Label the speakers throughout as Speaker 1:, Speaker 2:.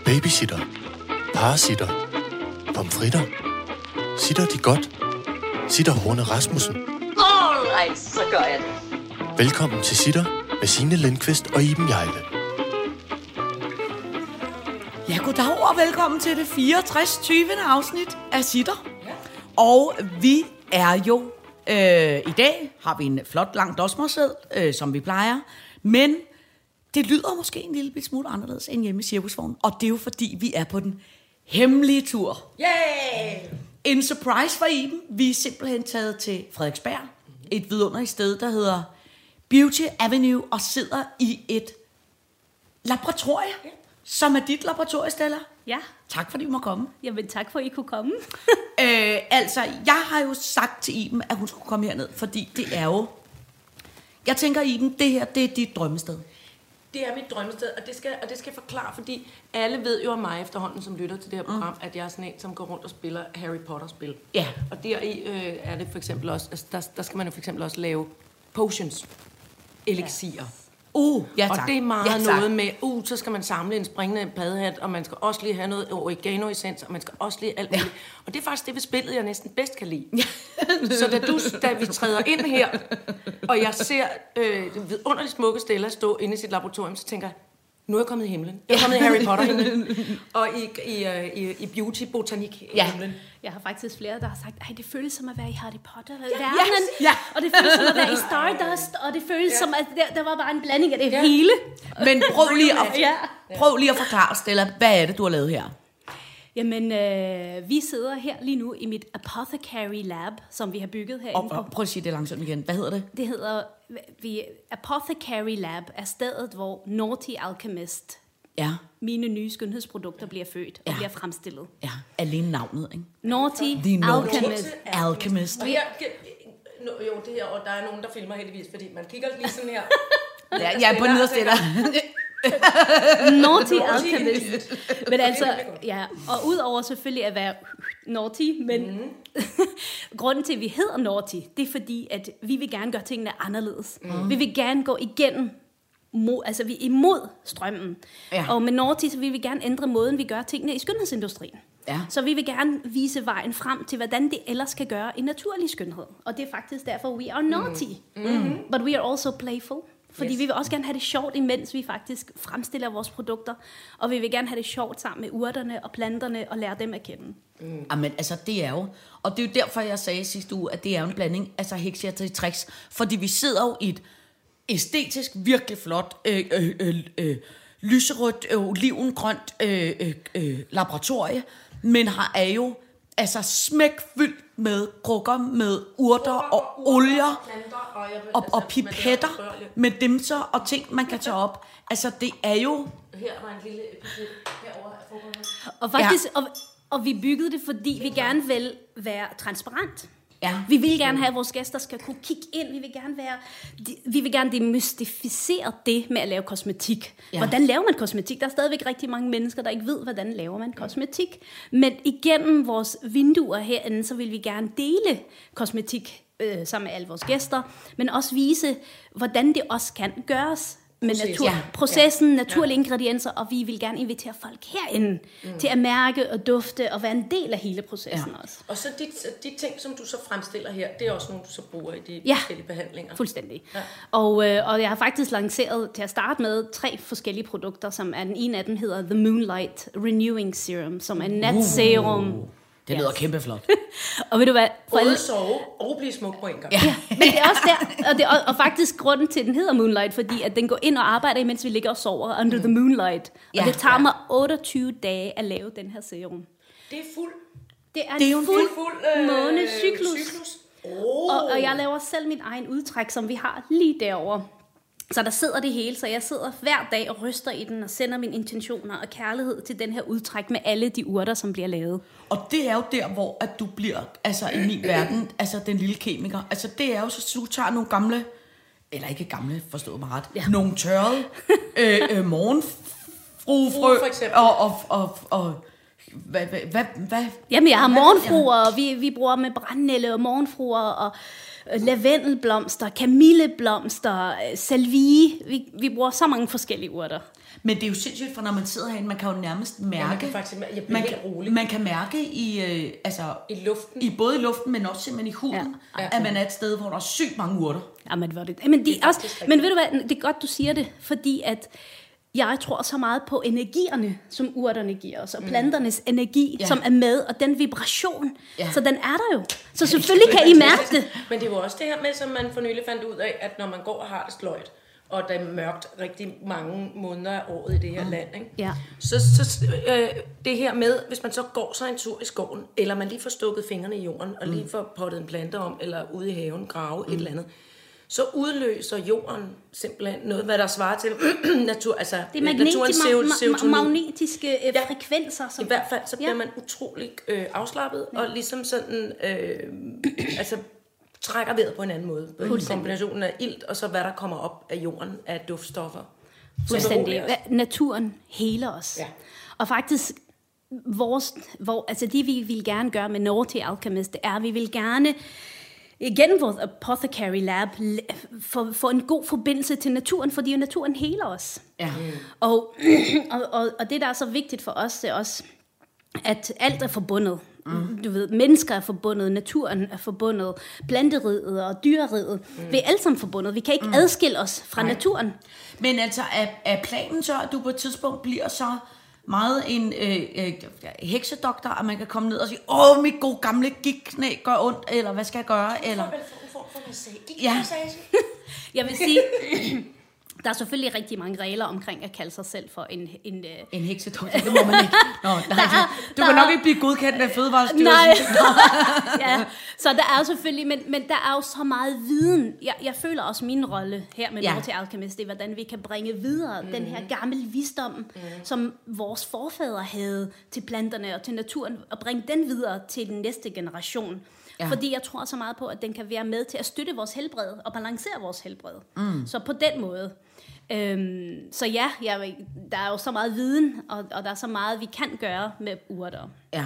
Speaker 1: Babysitter. Parasitter. Pomfritter. Sitter de godt? Sitter Horne Rasmussen.
Speaker 2: Alright, så gør jeg det.
Speaker 1: Velkommen til Sitter med Signe Lindqvist og Iben Hjejle.
Speaker 3: Ja, goddag og velkommen til det 64. afsnit af Sitter. Og vi er jo, i dag har vi en flot lang dosmerseddel, som vi plejer. Men det lyder måske en lille smule anderledes end hjemme i Cirkusvognen. Og det er jo fordi, vi er på den hemmelige tur.
Speaker 2: Yay!
Speaker 3: En surprise for Iben. Vi er simpelthen taget til Frederiksberg. Et vidunderligt sted, der hedder Beauty Avenue. Og sidder i et laboratorie, som er dit laboratorie, Stella.
Speaker 4: Ja.
Speaker 3: Tak fordi du må komme.
Speaker 4: Jamen tak for at I kunne komme.
Speaker 3: Altså, jeg har jo sagt til Iben, at hun skulle komme herned, fordi det er jo... Jeg tænker, Iben, det her, det er dit drømmested.
Speaker 5: Det er mit drømmested, og det skal jeg forklare, fordi alle ved jo af mig efterhånden, som lytter til det her program, at jeg er sådan en, som går rundt og spiller Harry Potter-spil.
Speaker 3: Ja.
Speaker 5: Og deri er det for eksempel også, altså der skal man jo for eksempel også lave potions, elixier.
Speaker 3: Ja, tak.
Speaker 5: Og det er meget
Speaker 3: ja,
Speaker 5: noget med, så skal man samle en springende paddehat, og man skal også lige have noget oregano-essens, og man skal også lige alt muligt. Og det er faktisk det ved spillet, jeg næsten bedst kan lide. Så da vi træder ind her, og jeg ser vidunderligt smukke Stella stå inde i sit laboratorium, så tænker jeg, nu er jeg kommet i himlen. Jeg er kommet i Harry Potter-himlen, og i beauty-botanik-himlen.
Speaker 4: Jeg har faktisk flere, der har sagt, det føles som at være i Harry Potter-verdenen.
Speaker 3: Ja.
Speaker 4: Og det føles som at være i Stardust, og det føles som, at der var bare en blanding af det hele.
Speaker 3: Men prøv lige at forklare, Stella, hvad er det, du har lavet her?
Speaker 4: Jamen, vi sidder her lige nu i mit Apothecary Lab, som vi har bygget herinde.
Speaker 3: Og prøv at sige det langsomt igen. Hvad hedder det?
Speaker 4: Det hedder, Apothecary Lab er stedet, hvor Naughty Alchemist, mine nye skønhedsprodukter, bliver født og bliver fremstillet.
Speaker 3: Ja, alene navnet, ikke?
Speaker 4: Naughty Alchemist.
Speaker 5: Og her, det her, og der er nogen, der filmer heldigvis, fordi man kigger lige sådan her.
Speaker 3: Ja, på nederste der.
Speaker 4: Naughty Alchemist. Men altså, og udover selvfølgelig at være naughty, men grunden til, at vi hedder Naughty, det er fordi, at vi vil gerne gøre tingene anderledes. Vi vil gerne gå igennem, altså vi er imod strømmen. Ja. Og med Naughty, så vil vi gerne ændre måden, vi gør tingene i skønhedsindustrien. Ja. Så vi vil gerne vise vejen frem til, hvordan det ellers kan gøre i naturlig skønhed. Og det er faktisk derfor, we are naughty. But we are also playful. Fordi vi vil også gerne have det sjovt, imens vi faktisk fremstiller vores produkter. Og vi vil gerne have det sjovt sammen med urterne og planterne og lære dem at kende.
Speaker 3: Jamen, altså det er jo... Og det er jo derfor, jeg sagde sidste uge, at det er jo en blanding, altså heksia til tricks. Fordi vi sidder jo i et æstetisk, virkelig flot, lyserødt, olivengrønt laboratorie, men er jo altså smækfyldt med krukker, med urter og olier og pipetter med dimser og ting, man kan tage op. Altså, det er jo...
Speaker 5: Her var en lille pipet herovre af forhånden.
Speaker 4: Og faktisk... Og vi byggede det, fordi vi gerne vil være transparent.
Speaker 3: Ja.
Speaker 4: Vi vil gerne have, at vores gæster skal kunne kigge ind. Vi vil gerne demystificere det med at lave kosmetik. Ja. Hvordan laver man kosmetik? Der er stadigvæk rigtig mange mennesker, der ikke ved, hvordan laver man kosmetik. Men igennem vores vinduer herinde, så vil vi gerne dele kosmetik sammen med alle vores gæster. Men også vise, hvordan det også kan gøres. Med processen, naturlige ingredienser, og vi vil gerne invitere folk herinde til at mærke og dufte og være en del af hele processen også.
Speaker 5: Og så de ting, som du så fremstiller her, det er også nogle, du så bruger i de forskellige behandlinger.
Speaker 4: Fuldstændig. Ja. Og jeg har faktisk lanceret til at starte med 3 forskellige produkter, som er den ene af dem hedder The Moonlight Renewing Serum, som er natserum.
Speaker 3: Det lyder kæmpe flot.
Speaker 4: Og ved du hvad?
Speaker 5: Både sove og blive smuk på en gang.
Speaker 4: Ja, men det er også der, og faktisk grunden til, at den hedder Moonlight, fordi at den går ind og arbejder, imens vi ligger og sover under the moonlight. Og det tager mig 28 dage at lave den her serum.
Speaker 5: Det er fuld.
Speaker 4: Det er en fuld månecyklus. Og jeg laver selv min egen udtræk, som vi har lige derovre. Så der sidder det hele, så jeg sidder hver dag og ryster i den og sender mine intentioner og kærlighed til den her udtræk med alle de urter, som bliver lavet.
Speaker 3: Og det er jo der, hvor at du bliver, altså i min verden, altså den lille kemiker. Altså det er jo så, du tager nogle gamle, eller ikke gamle, forstået mig ret, nogle tørrede morgenfruefrø
Speaker 5: for eksempel.
Speaker 3: Og hvad?
Speaker 4: Jamen jeg har morgenfruer, og vi bruger med brændnælle og morgenfruer og lavendelblomster, kamilleblomster, salvie. Vi bruger så mange forskellige urter.
Speaker 3: Men det er jo sindssygt, for når man sidder herinde, man kan jo nærmest mærke...
Speaker 5: Ja, man kan faktisk
Speaker 3: man kan mærke i
Speaker 5: luften.
Speaker 3: Både i luften, men også simpelthen i huden, at man er et sted, hvor der er sygt mange urter.
Speaker 4: Ja, men ved du hvad, det er godt, du siger det, fordi at jeg tror så meget på energierne, som urterne giver os, og planternes energi, som er med, og den vibration, så den er der jo. Så selvfølgelig kan I mærke det.
Speaker 5: Men det var også det her med, som man for nylig fandt ud af, at når man går og har det sløjt, og der er mørkt rigtig mange måneder af året i det her land, ikke?
Speaker 4: Ja.
Speaker 5: Så det her med, hvis man så går sig en tur i skoven, eller man lige får stukket fingrene i jorden, og lige får pottet en plante om, eller ude i haven grave et eller andet, så udløser jorden simpelthen noget, hvad der svarer til natur, altså
Speaker 4: det er magnetiske frekvenser. Som
Speaker 5: i hvert fald, så bliver man utrolig afslappet, og ligesom sådan, altså trækker vejret på en anden måde. Kombinationen af ilt, og så hvad der kommer op af jorden af duftstoffer.
Speaker 4: Fuldstændig. Naturen heler os. Ja. Og faktisk, altså det vi vil gerne gøre med Naughty Alchemist, det er, at vi vil gerne igen vores Apothecary Lab få en god forbindelse til naturen, fordi naturen heler os. Ja. Og det, der er så vigtigt for os, det er også, at alt er forbundet. Du ved, mennesker er forbundet, naturen er forbundet, planteriget og dyreriget. Vi er alle sammen forbundet. Vi kan ikke adskille os fra naturen.
Speaker 3: Men altså, er planen så, at du på et tidspunkt bliver så meget en heksedoktor, at man kan komme ned og sige, mit gode gamle gigknæ gør ondt, eller hvad skal jeg gøre? Eller...
Speaker 4: Jeg vil sige... Der er selvfølgelig rigtig mange regler omkring at kalde sig selv for en
Speaker 3: heksedoktor. Det må man ikke. Du kan nok ikke blive godkendt af Fødevarestyrelsen.
Speaker 4: Nej. Ja, så der er jo selvfølgelig, men der er jo så meget viden. Jeg føler også min rolle her med Naughty Alchemist, det er, hvordan vi kan bringe videre den her gamle visdom, som vores forfædre havde til planterne og til naturen, og bringe den videre til den næste generation. Ja. Fordi jeg tror så meget på, at den kan være med til at støtte vores helbred og balancere vores helbred. Så på den måde. Så der er jo så meget viden, og der er så meget, vi kan gøre med urter. Ja.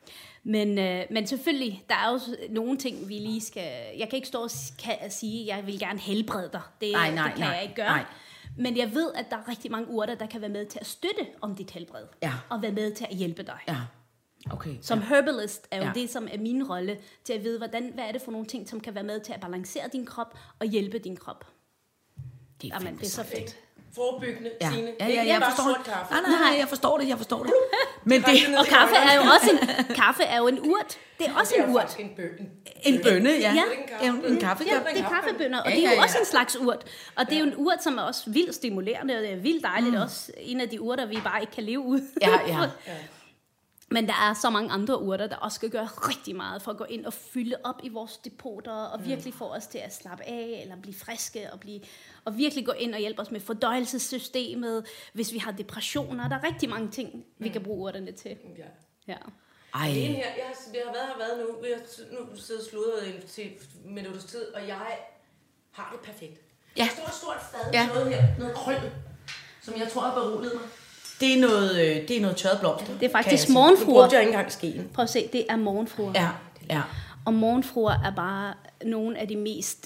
Speaker 4: Men selvfølgelig, der er jo nogle ting, vi lige skal... Jeg kan ikke stå og sige, at jeg vil gerne helbrede dig. Det kan jeg ikke gøre. Nej. Men jeg ved, at der er rigtig mange urter, der kan være med til at støtte om dit helbred. Ja. Og være med til at hjælpe dig. Ja. Okay, som herbalist er jo det, som er min rolle, til at vide, hvad er det for nogle ting, som kan være med til at balancere din krop og hjælpe din krop. Det er så fedt.
Speaker 5: Forebyggende, Signe.
Speaker 3: Ja, jeg forstår det. Nej, jeg forstår det. Men det,
Speaker 4: og kaffe er jo også kaffe er jo en urt. Det er også en urt.
Speaker 3: En bønne, ja. En kaffe.
Speaker 4: Ja, det er kaffebønner, og det er jo også en slags urt. Og det er jo en urt, som er også vildt stimulerende, og det er vildt dejligt. Også en af de urter, vi bare ikke kan leve ud. Ja. Men der er så mange andre urter, der også skal gøre rigtig meget for at gå ind og fylde op i vores depoter, og virkelig få os til at slappe af, eller blive friske, og virkelig gå ind og hjælpe os med fordøjelsessystemet, hvis vi har depressioner. Der er rigtig mange ting, vi kan bruge urterne til. Ja.
Speaker 5: Ej. Jeg har været nu. Vi har nu siddet sludret med noget tid, og jeg har det perfekt. Ja. Jeg står et stort fad med noget her, noget krøl, som jeg tror har beroliget mig.
Speaker 3: Det er noget tørret blomster.
Speaker 4: Det er faktisk morgenfruer.
Speaker 5: Det brugte jeg ikke engang skeen.
Speaker 4: Prøv at se, det er morgenfruer.
Speaker 3: Ja.
Speaker 4: Og morgenfruer er bare nogle af de mest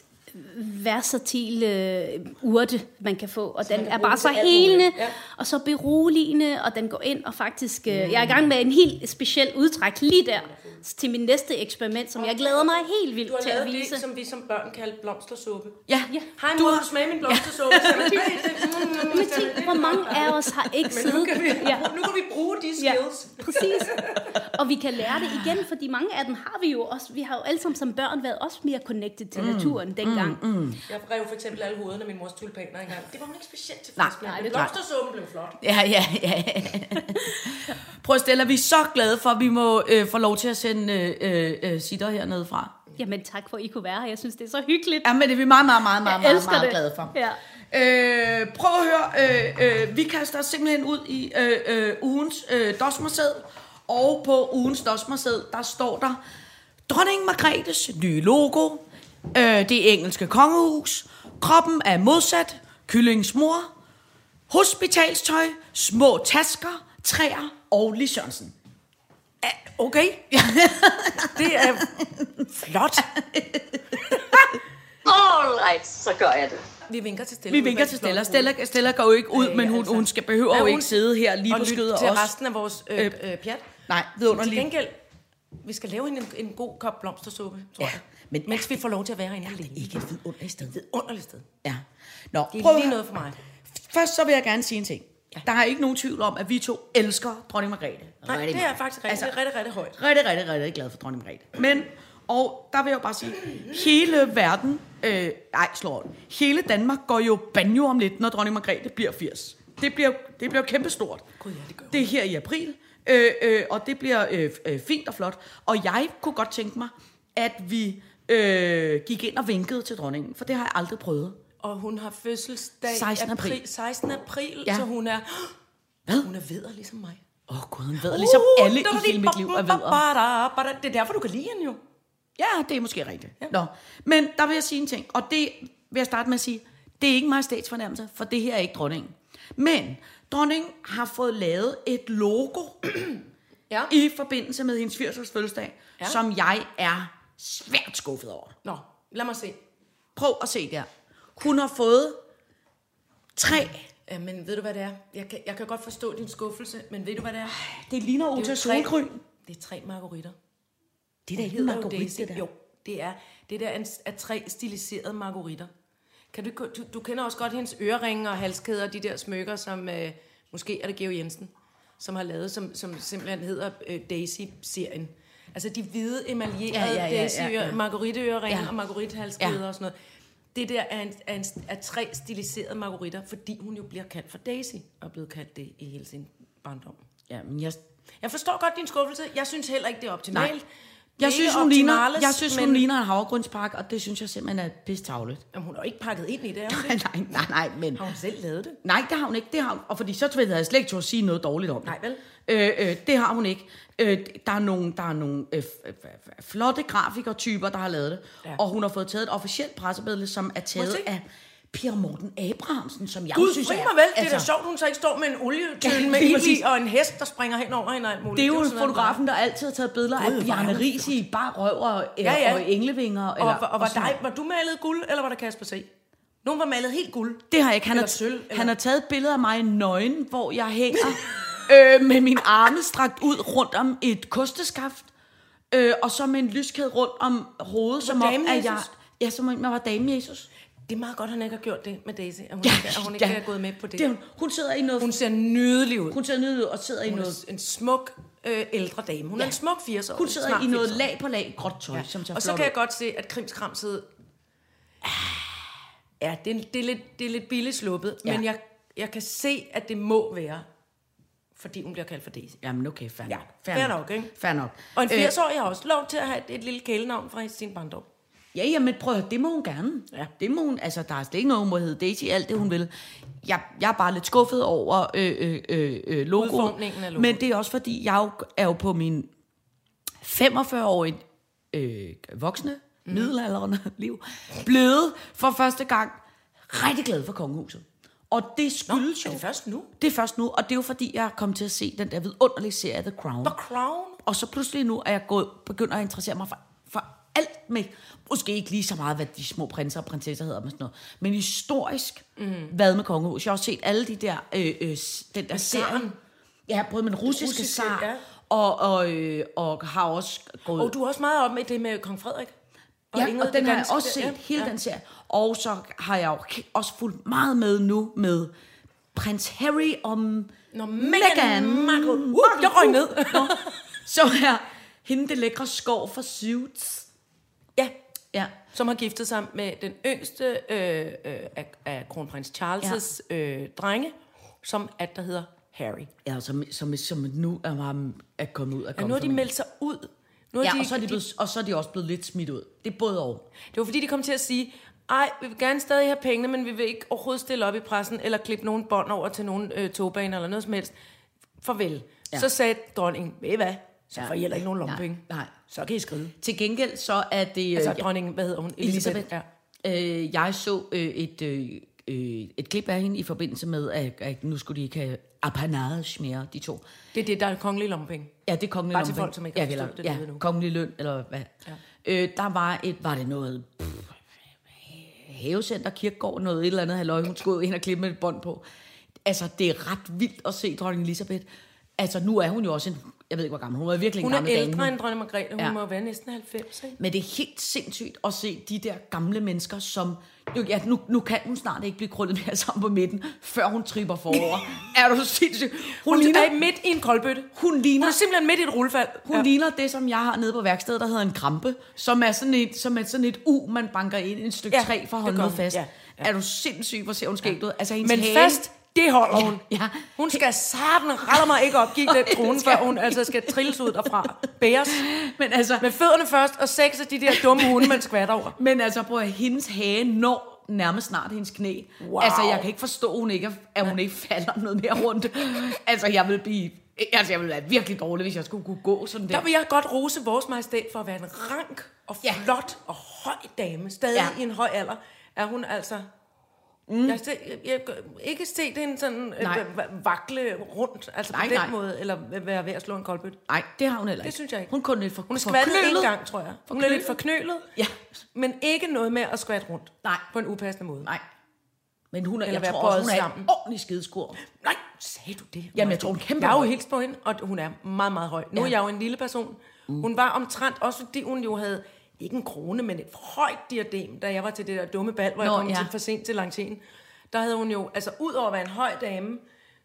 Speaker 4: versatile urte, man kan få. Og den er bare så helende, og så beroligende, og den går ind og faktisk... Jeg er i gang med en helt speciel udtræk lige der, til min næste eksperiment, som jeg glæder mig helt vildt til at vise.
Speaker 5: Du har lavet det, som vi som børn kaldte blomstersuppe.
Speaker 3: Ja.
Speaker 5: Hej mor, du smager min blomstersuppe.
Speaker 4: Hvor mange af os har ikke siddet...
Speaker 5: Nu kan vi bruge de skills.
Speaker 4: Ja, præcis. Og vi kan lære det igen, fordi mange af dem har vi jo også. Vi har jo alle sammen som børn været også mere connected til naturen dengang.
Speaker 5: Jeg rev for eksempel alle hovederne af min mors tulpaner engang. Det var hun ikke specielt tilfreds med. Men blomstersuppen blev flot.
Speaker 3: Ja. Prøv Stella, vi er så glade for, at vi må få lov til at sende sitter hernede fra.
Speaker 4: Jamen tak for, at I kunne være her. Jeg synes, det er så hyggeligt.
Speaker 3: Ja, men det er vi meget glade for.
Speaker 4: Ja.
Speaker 3: Prøv at høre, vi kaster os simpelthen ud i ugens dosmerseddel, og på ugens dosmerseddel, der står der Dronning Margrethes nye logo, det engelske kongehus, kroppen er modsat, kyllings mor, hospitalstøj, små tasker, træer og Lis Sørensen.
Speaker 5: Okay. Det er flot.
Speaker 2: right, så gør jeg det.
Speaker 5: Vi vinker til Stella.
Speaker 3: Vi vinker til Stella. Stella går jo ikke ud, men hun behøver jo ikke sidde her lige på skødet af
Speaker 5: til
Speaker 3: os.
Speaker 5: resten af vores pjat.
Speaker 3: Nej,
Speaker 5: Til
Speaker 3: vidunderligt.
Speaker 5: gengæld, vi skal lave en god kop blomstersuppe, tror jeg.
Speaker 3: Men
Speaker 5: Mens vi får lov til at være herinde alene.
Speaker 3: ikke et vidunderligt sted.
Speaker 5: Vidunderligt sted.
Speaker 3: Ja. Nå,
Speaker 5: Det
Speaker 3: prøv
Speaker 5: er
Speaker 3: at
Speaker 5: lige
Speaker 3: høre.
Speaker 5: noget for mig.
Speaker 3: Først så vil jeg gerne sige en ting. Ja. Der er ikke nogen tvivl om, at vi to elsker dronning Margrethe.
Speaker 5: Nej, det er faktisk rigtig højt.
Speaker 3: Rigtig glad for dronning Margrethe. Men, og der vil jeg jo bare sige, hele verden, hele Danmark går jo banjo om lidt, når dronning Margrethe bliver 80. Det bliver kæmpestort.
Speaker 5: Gud, ja, det gør
Speaker 3: Det er her i april, og det bliver fint og flot. Og jeg kunne godt tænke mig, at vi gik ind og vinkede til dronningen, for det har jeg aldrig prøvet.
Speaker 5: Og hun har fødselsdag 16. april,
Speaker 3: Ja.
Speaker 5: så hun er...
Speaker 3: Hvad?
Speaker 5: Hun er vedder ligesom mig.
Speaker 3: Hun er en vædder, ligesom alle i hele mit liv er vædder.
Speaker 5: Det er derfor, du kan lide hende jo.
Speaker 3: Ja, det er måske rigtigt. Ja. Nå. Men der vil jeg sige en ting, og det vil jeg starte med at sige, det er ikke majestætsfornærmelse, for det her er ikke dronningen. Men dronningen har fået lavet et logo i forbindelse med hendes 80-års fødselsdag, som jeg er svært skuffet over.
Speaker 5: Nå, lad mig se.
Speaker 3: Prøv at se der. Hun har fået 3.
Speaker 5: Men ved du, hvad det er? Jeg kan godt forstå din skuffelse, men ved du, hvad det er?
Speaker 3: Det ligner Ota Solgryn.
Speaker 5: Det er 3 margaritter.
Speaker 3: Det er da ikke en
Speaker 5: hedder jo
Speaker 3: marguerite,
Speaker 5: Daisy.
Speaker 3: det der.
Speaker 5: Jo, det der er 3 stiliserede margaritter. Du kender også godt hendes øreringe og halskæder, de der smykker, som måske er det Georg Jensen, som har lavet, som simpelthen hedder Daisy-serien. Altså de hvide emaljerede Daisy margariteøreringe og margaritehalskæder og sådan noget. Det der er 3 stiliserede margaritter, fordi hun jo bliver kaldt for Daisy, og er blevet kaldt det i hele sin barndom.
Speaker 3: Ja, men
Speaker 5: Jeg forstår godt din skuffelse. Jeg synes heller ikke, det er optimalt.
Speaker 3: Nej. Jeg synes, hun ligner en havregrønspakke, og det synes jeg simpelthen er pistagligt.
Speaker 5: Jamen, hun har jo ikke pakket ind i det, er hun det?
Speaker 3: Nej, men...
Speaker 5: Har hun selv lavet det?
Speaker 3: Nej, det har hun ikke. Det har hun, og fordi så havde jeg slet ikke til at sige noget dårligt om det.
Speaker 5: Nej, vel?
Speaker 3: Det har hun ikke. Der er nogle flotte grafikertyper, der har lavet det. Ja. Og hun har fået taget et officielt pressebillede, som er taget af Per Morten Abrahamsen, som jeg synes er...
Speaker 5: Gud, fri mig vel. Det er da sjovt, hun så ikke står med en olietønde med ild i, og en hest, der springer hen over hende og alt muligt.
Speaker 3: Det er jo fotografen, der altid har taget billeder af Bjarne Riis i bare røv og englevinger.
Speaker 5: Var du malet guld, eller var der Kasper C? Nogen var malet helt guld.
Speaker 3: Det har jeg ikke. Han har taget billeder af mig nøgen, hvor jeg hænger med min arme strakt ud rundt om et kosteskaft, og så med en lyskæde rundt om hovedet, som om at jeg... Ja, som om jeg var dame Jesus.
Speaker 5: Det er meget godt, at han ikke har gjort det med Daisy, at hun ikke er gået med på det.
Speaker 3: Hun sidder i noget...
Speaker 5: Hun ser nydelig ud.
Speaker 3: Hun ser nydelig ud og sidder i noget...
Speaker 5: En smuk ældre dame. Hun er en smuk 80'er.
Speaker 3: Hun sidder i noget lag på lag gråt tøj, som tager
Speaker 5: og så kan jeg godt se, at krimskramset... Ja, det er lidt billigt sluppet, men jeg kan se, at det må være, fordi hun bliver kaldt for Daisy.
Speaker 3: Jamen okay, fair nok.
Speaker 5: Fair nok, ikke?
Speaker 3: Fair nok.
Speaker 5: Og en 80-årig har også lov til at have et lille kælenavn fra sin barndom.
Speaker 3: Ja, men prøv at høre, det må hun gerne. Ja. Det må hun, altså der er slet ikke noget, hun må hedde Daisy, alt det hun vil. Jeg er bare lidt skuffet over logoet.
Speaker 5: Udformningen af logoet.
Speaker 3: Men det er også fordi, jeg er jo på min 45-årige voksne, middelaldrende liv, blevet for første gang rigtig glad for kongehuset. Og det skyldes jo...
Speaker 5: Er det først nu?
Speaker 3: Det er først nu, og det er jo fordi, jeg er kommet til at se den der vidunderlige serie The Crown.
Speaker 5: The Crown?
Speaker 3: Og så pludselig nu er jeg begynder at interessere mig for alt med, måske ikke lige så meget, hvad de små prinser og prinsesser hedder, med sådan noget, men historisk, hvad med kongehus. Jeg har også set alle de der, den der serie. Ja, både med den russiske zar, ja. og har også gået...
Speaker 5: Og du er også meget op med det med kong Frederik.
Speaker 3: Og den har jeg også set, hele den serie. Og så har jeg jo også fulgt meget med nu, med prins Harry og Meghan Markle.
Speaker 5: Jeg røg ned.
Speaker 3: Så er hende det lækre skov for Suits. Ja.
Speaker 5: Som har giftet sig med den yngste af kronprins Charles' drenge, der hedder Harry.
Speaker 3: Ja, som nu er kommet ud af
Speaker 5: nu har de meldt sig ud.
Speaker 3: Og så er de også blevet lidt smidt ud. Det er både og.
Speaker 5: Det var fordi, de kom til at sige, vi vil gerne stadig have pengene, men vi vil ikke overhovedet stille op i pressen, eller klippe nogle bånd over til nogle togbaner, eller noget som helst. Farvel. Ja. Så sagde dronningen, ved I hvad? Så får I heller ikke nogen lommepenge.
Speaker 3: Nej.
Speaker 5: Så kan I skride.
Speaker 3: Til gengæld så er det...
Speaker 5: Altså dronningen, hvad hedder hun?
Speaker 3: Elisabeth. Ja. Jeg så et klip af hende i forbindelse med, at nu skulle de ikke have apanage mere, de to.
Speaker 5: Det er det, der er kongelig lommepenge.
Speaker 3: Ja, det er kongelig
Speaker 5: lommepenge. Bare til folk, som ikke har forstået det nu.
Speaker 3: Kongelig løn, eller hvad. Ja. Der var det noget... havecenter, kirkegård, noget et eller andet halløj, hun skulle ind og klippe med et bånd på. Altså, det er ret vildt at se dronning Elisabeth. Altså, nu er hun jo også jeg ved ikke, hvor gammel hun er, virkelig en gammel dame.
Speaker 5: Hun er ældre end dronning Margrethe, hun må være næsten 90, ikke?
Speaker 3: Men det er helt sindssygt at se de der gamle mennesker, som... Nu kan hun snart ikke blive krøllet mere sammen på midten, før hun tripper forover. Er du sindssygt?
Speaker 5: Hun er midt i en koldbøtte. Hun er simpelthen midt i et rullefald.
Speaker 3: Hun ligner det, som jeg har nede på værkstedet, der hedder en krampe, som er sådan et U, man banker ind i et stykke træ for at holde noget fast. Ja. Er du sindssygt, hvor ser hun skægt ud? Altså,
Speaker 5: men fast... Det holder hun. Ja. Hun skal retter mig ikke opgive den trone, før hun altså skal trilles ud derfra. Bæres. Men altså, med fødderne først, og 6 af de der dumme hunde, man skvatter over.
Speaker 3: Men altså, prøv at hendes hage når nærmest snart hendes knæ. Wow. Altså, jeg kan ikke forstå, at hun ikke falder noget mere rundt. Altså, jeg vil være virkelig dårlig, hvis jeg skulle kunne gå sådan der.
Speaker 5: Der vil jeg godt rose vores majestæt for at være en rank og flot og høj dame. Stadig i en høj alder er hun altså... Jeg ikke set hende sådan vakle rundt, altså på den måde, eller være ved at slå en koldbøtte.
Speaker 3: Nej, det har hun heller ikke.
Speaker 5: Det synes jeg ikke.
Speaker 3: Hun kun lidt
Speaker 5: hun er skvattet en gang, tror jeg. Hun er lidt forknølet, men ikke noget med at skvatte rundt på en upassende måde.
Speaker 3: Nej. Men hun er, jeg tror også, hun er en ordentlig skideskur.
Speaker 5: Nej, sagde du det?
Speaker 3: Jamen, jeg tror, hun kæmper.
Speaker 5: Jeg er jo helt på hende, og hun er meget, meget høj. Nu er jeg jo en lille person. Hun var omtrent, også fordi hun jo havde... ikke en krone, men et højt diadem, da jeg var til det der dumme bal, hvor jeg kom til for sent til lanceringen. Der havde hun jo, altså ud over at være en høj dame,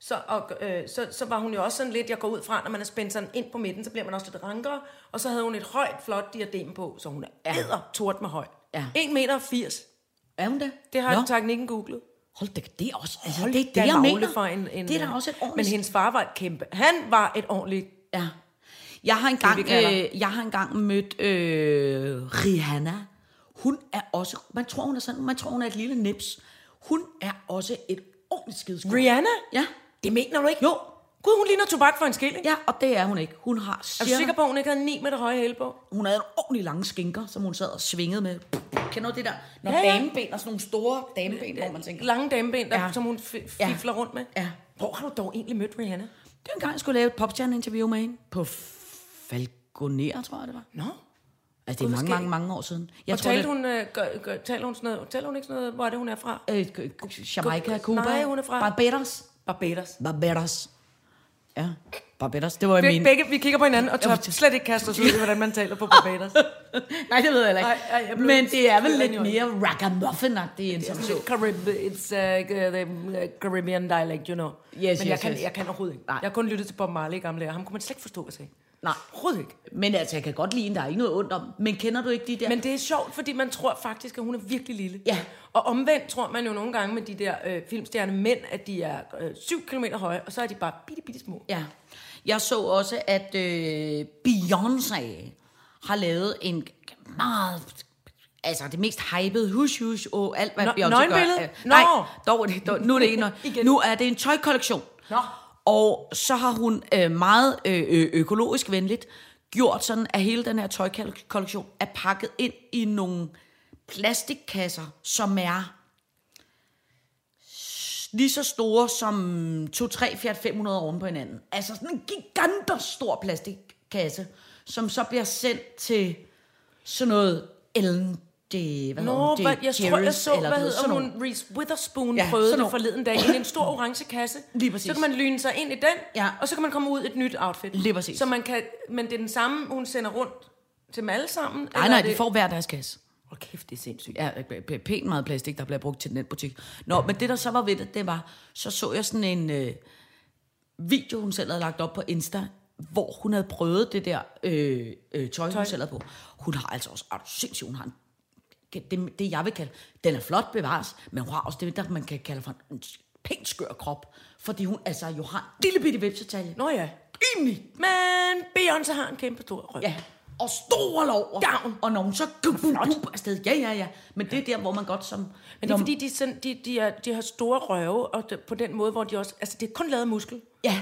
Speaker 5: så var hun jo også sådan lidt, jeg går ud fra, når man er spændt sådan ind på midten, så bliver man også lidt rankere, og så havde hun et højt, flot diadem på, så hun er tort med høj. 1,80 meter.
Speaker 3: Er hun det?
Speaker 5: Det har teknikken googlet.
Speaker 3: Hold det er også, altså det er det, jeg mener.
Speaker 5: For en,
Speaker 3: det er da også et ordentligt...
Speaker 5: Men hendes far var et kæmpe, han var et ordentligt...
Speaker 3: Ja. Jeg har engang mødt Rihanna. Hun er også... Man tror, hun er et lille nips. Hun er også et ordentligt skideskud.
Speaker 5: Rihanna?
Speaker 3: Ja.
Speaker 5: Det mener du ikke?
Speaker 3: Jo.
Speaker 5: Gud, hun ligner tobak for en skilling.
Speaker 3: Ja, og det er hun ikke. Hun har...
Speaker 5: Er du sikker på, at hun ikke havde 9 meter høje hæle på?
Speaker 3: Hun havde en ordentlig lange skinker, som hun sad og svingede med. Kender du det der? Når dameben og sådan nogle store dameben, hvor man tænker...
Speaker 5: Lange dameben, som hun fifler rundt med. Ja. Hvor har du dog egentlig mødt Rihanna?
Speaker 3: Det var en gang, jeg skulle lave et popstjerne-interview med hende. På Falconer, tror jeg, det var.
Speaker 5: Nå.
Speaker 3: Altså, det er mange år siden.
Speaker 5: Taler hun ikke sådan noget, hvor er det, hun er fra?
Speaker 3: Jamaica, Cuba.
Speaker 5: Nej, hun er fra...
Speaker 3: Barbados. Ja, Barbados, det var jeg min.
Speaker 5: Vi kigger på hinanden og tør slet ikke kaste os ud i, hvordan man taler på Barbados.
Speaker 3: Nej, det ved jeg ikke. Men det er vel lidt mere ragamuffin-agtigt end som så.
Speaker 5: It's the Caribbean dialect, you know.
Speaker 3: Yes,
Speaker 5: men jeg kan overhovedet ikke. Jeg har kun lyttet til Bob Marley i gamle dage. Ham kunne man slet ikke forstå, hvad jeg sagde.
Speaker 3: Nej,
Speaker 5: overhovedet ikke.
Speaker 3: Men altså, jeg kan godt lide hende, der er ikke noget ondt om. Men kender du ikke de der?
Speaker 5: Men det er sjovt, fordi man tror faktisk, at hun er virkelig lille.
Speaker 3: Ja.
Speaker 5: Og omvendt tror man jo nogle gange med de der filmstjerne mænd, at de er 7 kilometer høje, og så er de bare bitte små.
Speaker 3: Ja. Jeg så også, at Beyoncé har lavet en meget... Altså, det mest hypede hush og alt, hvad Beyoncé gør. Nej, nu er det ikke noget. Nu er det en tøjkollektion.
Speaker 5: Nå.
Speaker 3: Og så har hun meget økologisk venligt gjort sådan, at hele den her tøjkollektion er pakket ind i nogle plastikkasser, som er lige så store som 2, 3, 4, 500 oven på hinanden. Altså sådan en giganterstor plastikkasse, som så bliver sendt til sådan noget jeg
Speaker 5: tror, jeg så, hvad hedder hun, Reese Witherspoon prøvede det forleden dag i en stor orange kasse.
Speaker 3: Lige præcis.
Speaker 5: Så kan man lyne sig ind i den, og så kan man komme ud et nyt outfit.
Speaker 3: Lige præcis.
Speaker 5: Så man kan, men det er den samme, hun sender rundt til dem alle sammen?
Speaker 3: Nej, de får hver deres kasse.
Speaker 5: Hold kæft, det er sindssygt.
Speaker 3: Ja, pænt meget plastik, der bliver brugt til den butik. Nå, men det der så var ved det var, så jeg sådan en video, hun selv havde lagt op på Insta, hvor hun havde prøvet det der tøj, hun selv havde på. Hun har altså også, sindssygt, hun har det jeg vil kalde, den er flot bevares, men hun har også det, der man kan kalde for en pænt skør krop, fordi hun altså jo har en lille bitte vipsetalje.
Speaker 5: Nå ja.
Speaker 3: Rimelig.
Speaker 5: Men Beyoncé har en kæmpe stor røv.
Speaker 3: Ja. Og store lov. Og når hun så afsted. Ja. Men det er der, hvor man godt som...
Speaker 5: Men det er fordi, de har store røve, og på den måde, hvor de også... Altså, det er kun lavet muskel.
Speaker 3: Ja.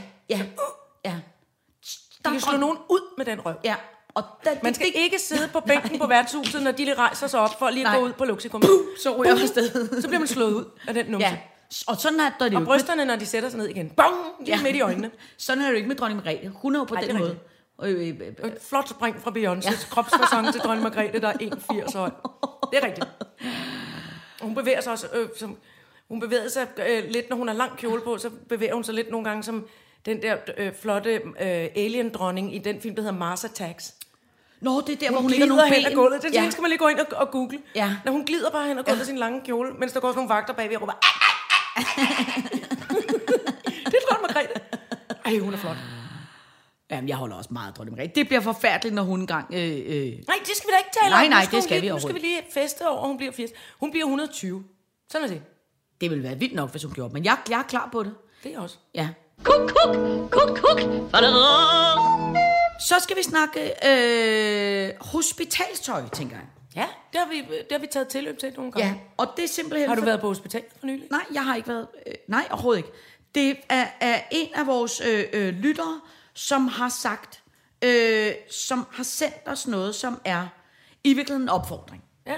Speaker 5: De kan slå nogen ud med den røv.
Speaker 3: Ja. Og
Speaker 5: man skal ikke sidde på bænken på værtshuset, når de lige rejser sig op for at lige gå ud på Luxikum.
Speaker 3: Så ryger man afsted.
Speaker 5: Så bliver man slået ud af den numse. Ja.
Speaker 3: Og sådan er det jo.
Speaker 5: Og brysterne, når de sætter sig ned igen. Bong! Lige midt i øjnene.
Speaker 3: Sådan er det jo ikke med dronning Margrethe. Hun er jo på den måde.
Speaker 5: Et flot spring fra Beyoncés kropsfasong til dronning Margrethe, der er 1,80 høj. Det er rigtigt. Hun bevæger sig også, hun bevæger sig lidt, når hun har lang kjole på, så bevæger hun sig lidt nogle gange som den der flotte alien-dronning i den film, der hedder Mars Attacks.
Speaker 3: Nå, det er der,
Speaker 5: Hun
Speaker 3: hvor hun ikke har
Speaker 5: glider
Speaker 3: nogen
Speaker 5: hen ad
Speaker 3: ben.
Speaker 5: gulvet. Det skal man lige gå ind og google.
Speaker 3: Ja.
Speaker 5: Når hun glider bare hen ad gulvet sin lange kjole, mens der går sådan nogle vagter bagved og råber, det er dronning Margrethe. Ej, hun er flot.
Speaker 3: Jamen, jeg holder også meget dronning Margrethe. Det bliver forfærdeligt, når hun engang...
Speaker 5: Nej, det skal vi da ikke tale om.
Speaker 3: Nej, det skal vi
Speaker 5: Nu skal vi lige feste over, hun bliver 80. Hun bliver 120. Sådan er det.
Speaker 3: Det ville være vildt nok, hvis hun gjorde, men jeg er klar på det.
Speaker 5: Det er også.
Speaker 3: Ja.
Speaker 2: Kuk, kuk, kuk, kuk.
Speaker 3: Så skal vi snakke hospitalstøj, tænker jeg.
Speaker 5: Ja, det har vi taget tilløb til nogle gange.
Speaker 3: Ja, og det er simpelthen...
Speaker 5: Har du været på hospital for nylig?
Speaker 3: Nej, jeg har ikke været... nej, overhovedet ikke. Det er en af vores lyttere, som har sagt... som har sendt os noget, som er i virkeligheden en opfordring.
Speaker 5: Ja.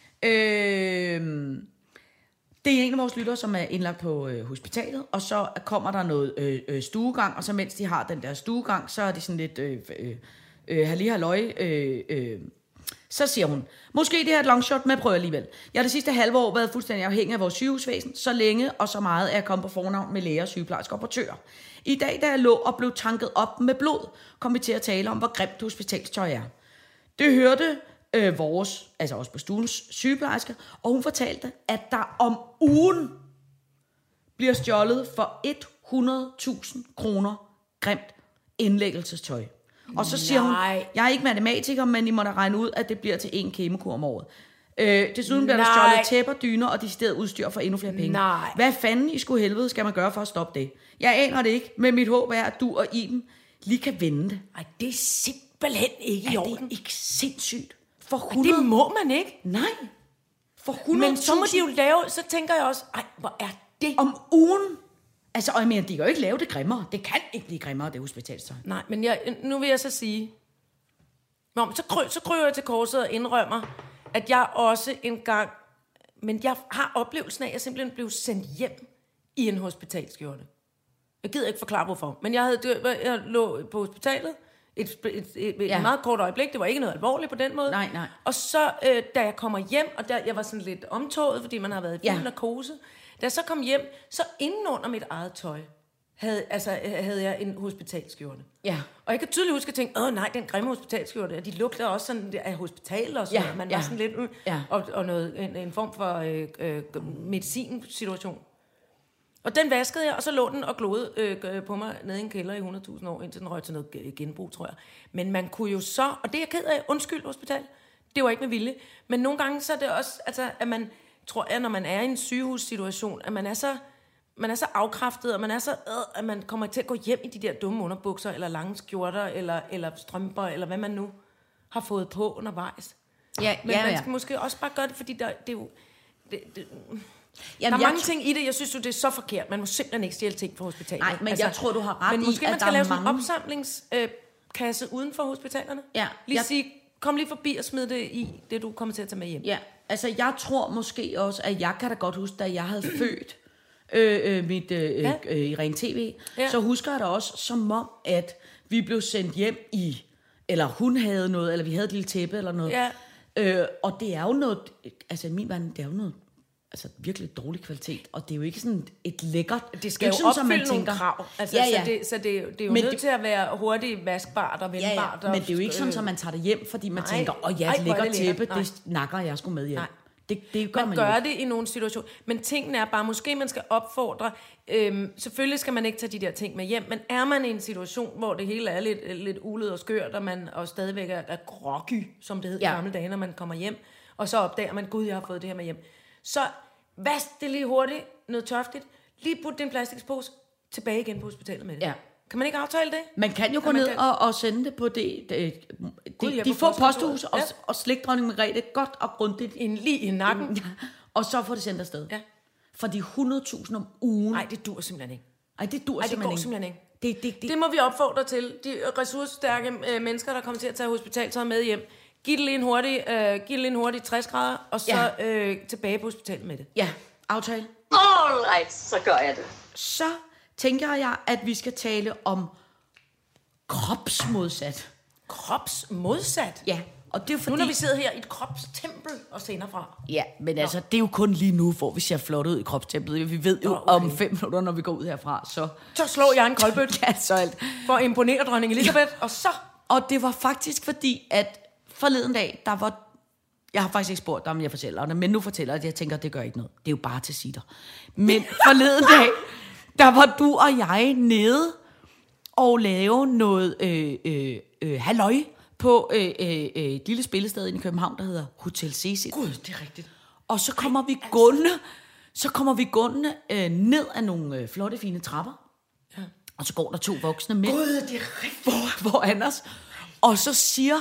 Speaker 3: Det er en af vores lyttere, som er indlagt på hospitalet, og så kommer der noget stuegang, og så mens de har den der stuegang, så er det sådan lidt halløj. Så siger hun, måske det her et longshot, men prøv alligevel. Jeg har det sidste halve år været fuldstændig afhængig af vores sygehusvæsen, så længe og så meget er jeg kommet på fornavn med læger, sygeplejersker og operatører. I dag, da jeg lå og blev tanket op med blod, kom vi til at tale om, hvor grimt hospitalstøj er. Det hørte vores, altså også på stuens sygeplejerske, og hun fortalte, at der om ugen bliver stjålet for 100.000 kroner grimt indlæggelsestøj. Og så siger hun, jeg er ikke matematiker, men I må da regne ud, at det bliver til en kemokur om året. Desuden bliver der stjålet tæpper, dyner og decideret udstyr for endnu flere penge. Hvad fanden i sgu helvede skal man gøre for at stoppe det? Jeg aner det ikke, men mit håb er, at du og Iben lige kan vende det.
Speaker 5: Ej, det er simpelthen ikke i orden.
Speaker 3: Er det ikke sindssygt? For 100...
Speaker 5: Det må man ikke.
Speaker 3: Nej. For 100.000...
Speaker 5: Men så må de jo lave, så tænker jeg også, ej, hvor er det?
Speaker 3: Om ugen. Altså, og jeg mener, de kan jo ikke lave det grimmere. Det kan ikke blive grimmere, det hospitalstøj.
Speaker 5: Nej, men nu vil jeg så sige... Så kryber jeg til korset og indrømmer, at jeg også engang... Men jeg har oplevelsen af, at jeg simpelthen blev sendt hjem i en hospitalskjorte. Jeg gider ikke forklare, hvorfor. Men jeg lå på hospitalet et meget kort øjeblik. Det var ikke noget alvorligt på den måde.
Speaker 3: Nej.
Speaker 5: Og så, da jeg kommer hjem, og jeg var sådan lidt omtåget, fordi man har været i fuld narkose. Da jeg så kom hjem, så inden under mit eget tøj, havde jeg en hospitalskjorte.
Speaker 3: Ja.
Speaker 5: Og jeg kan tydeligt huske at tænke, nej, den grimme hospitalskjorte, de lugter også sådan af hospital og sådan. Man var sådan lidt, og noget, en form for medicinsituation. Og den vaskede jeg, og så lå den og glodede på mig nede i en kælder i 100.000 år, indtil den røg til noget genbrug, tror jeg. Men man kunne jo så, og det er jeg ked af, undskyld hospital, det var ikke med vilje, men nogle gange så er det også, altså, at man, tror jeg, når man er i en sygehussituation, at man er så afkræftet, og man er så, at man kommer til at gå hjem i de der dumme underbukser, eller lange skjorter, eller strømper, eller hvad man nu har fået på undervejs. Men man skal måske også bare gøre det, fordi det er jo... Jamen, der er mange ting i det, jeg synes jo, det er så forkert. Man må simpelthen ikke stjæle ting fra hospitalet.
Speaker 3: Nej, men jeg tror, du har ret
Speaker 5: men måske
Speaker 3: i,
Speaker 5: man
Speaker 3: at
Speaker 5: skal lave sådan en
Speaker 3: mange...
Speaker 5: opsamlingskasse uden for hospitalerne.
Speaker 3: Ja.
Speaker 5: Sige, kom lige forbi og smid det i det, du kommer til at tage med hjem.
Speaker 3: Ja, altså jeg tror måske også, at jeg kan da godt huske, da jeg havde født mit Irene TV, så husker jeg da også som om, at vi blev sendt hjem i, eller hun havde noget, eller vi havde et lille tæppe eller noget. Ja. Og det er jo noget, altså i min verden, det er jo noget, altså virkelig dårlig kvalitet, og det er jo ikke sådan et lækkert...
Speaker 5: Det skal jo
Speaker 3: sådan,
Speaker 5: opfylde nogle krav. Altså, så det er jo nødt til at være hurtigt vaskbart og vendbart.
Speaker 3: Ja, men det er jo ikke sådan, at man tager det hjem, fordi man tænker, et lækkert tæppe, det snakker jeg sgu med hjem. Nej. Det gør man
Speaker 5: gør det i nogle situationer. Men tingene er bare, måske man skal opfordre, selvfølgelig skal man ikke tage de der ting med hjem, men er man i en situation, hvor det hele er lidt ulet og skørt, og stadigvæk er groggy, som det hed i gamle dage, når man kommer hjem, og så opdager man, gud, jeg har fået det her med hjem. Så vask det lige hurtigt, noget tørftigt, lige put din plastikspose tilbage igen på hospitalet med det. Ja. Kan man ikke aftale det?
Speaker 3: Man kan jo gå ned og sende det på de få posthus og slik dronning Margrethe godt og grundigt
Speaker 5: lige i nakken.
Speaker 3: Og så får det sendt afsted. Ja. For de 100.000 om ugen.
Speaker 5: Nej, det dur simpelthen ikke.
Speaker 3: Nej, det dur simpelthen ikke.
Speaker 5: Det må vi opfordre til. De ressourcestærke mennesker, der kommer til at tage hospitaltøj med hjem. Giv det lige en hurtig 60 grader, og så tilbage på hospitalet med det.
Speaker 3: Ja, aftale.
Speaker 2: All right, så gør jeg det.
Speaker 3: Så tænker jeg, at vi skal tale om kropsmodsat.
Speaker 5: Kropsmodsat?
Speaker 3: Ja, Og det er fordi...
Speaker 5: Nu når vi sidder her i et kropstempel og sender fra.
Speaker 3: Ja, men altså, det er jo kun lige nu, hvor vi ser flot ud i kropstemplet. Vi ved jo om 5 minutter, når vi går ud herfra, så
Speaker 5: slår jeg en koldbøtte.
Speaker 3: Ja, så alt.
Speaker 5: For at imponere dronning Elisabeth, og så...
Speaker 3: Og det var faktisk fordi, at forleden dag, der var... Jeg har faktisk ikke spurgt dig, om jeg fortæller det, men nu fortæller jeg, at jeg tænker, at det gør ikke noget. Det er jo bare til sitter. Men forleden dag, der var du og jeg nede og lave noget halløj på et lille spillested i København, der hedder Hotel Cecil.
Speaker 5: Gud, det er rigtigt.
Speaker 3: Og så kommer vi gående, ned ad nogle flotte, fine trapper. Ja. Og så går der 2 voksne mænd.
Speaker 5: Gud, det er rigtigt.
Speaker 3: Hvor Anders. Og så siger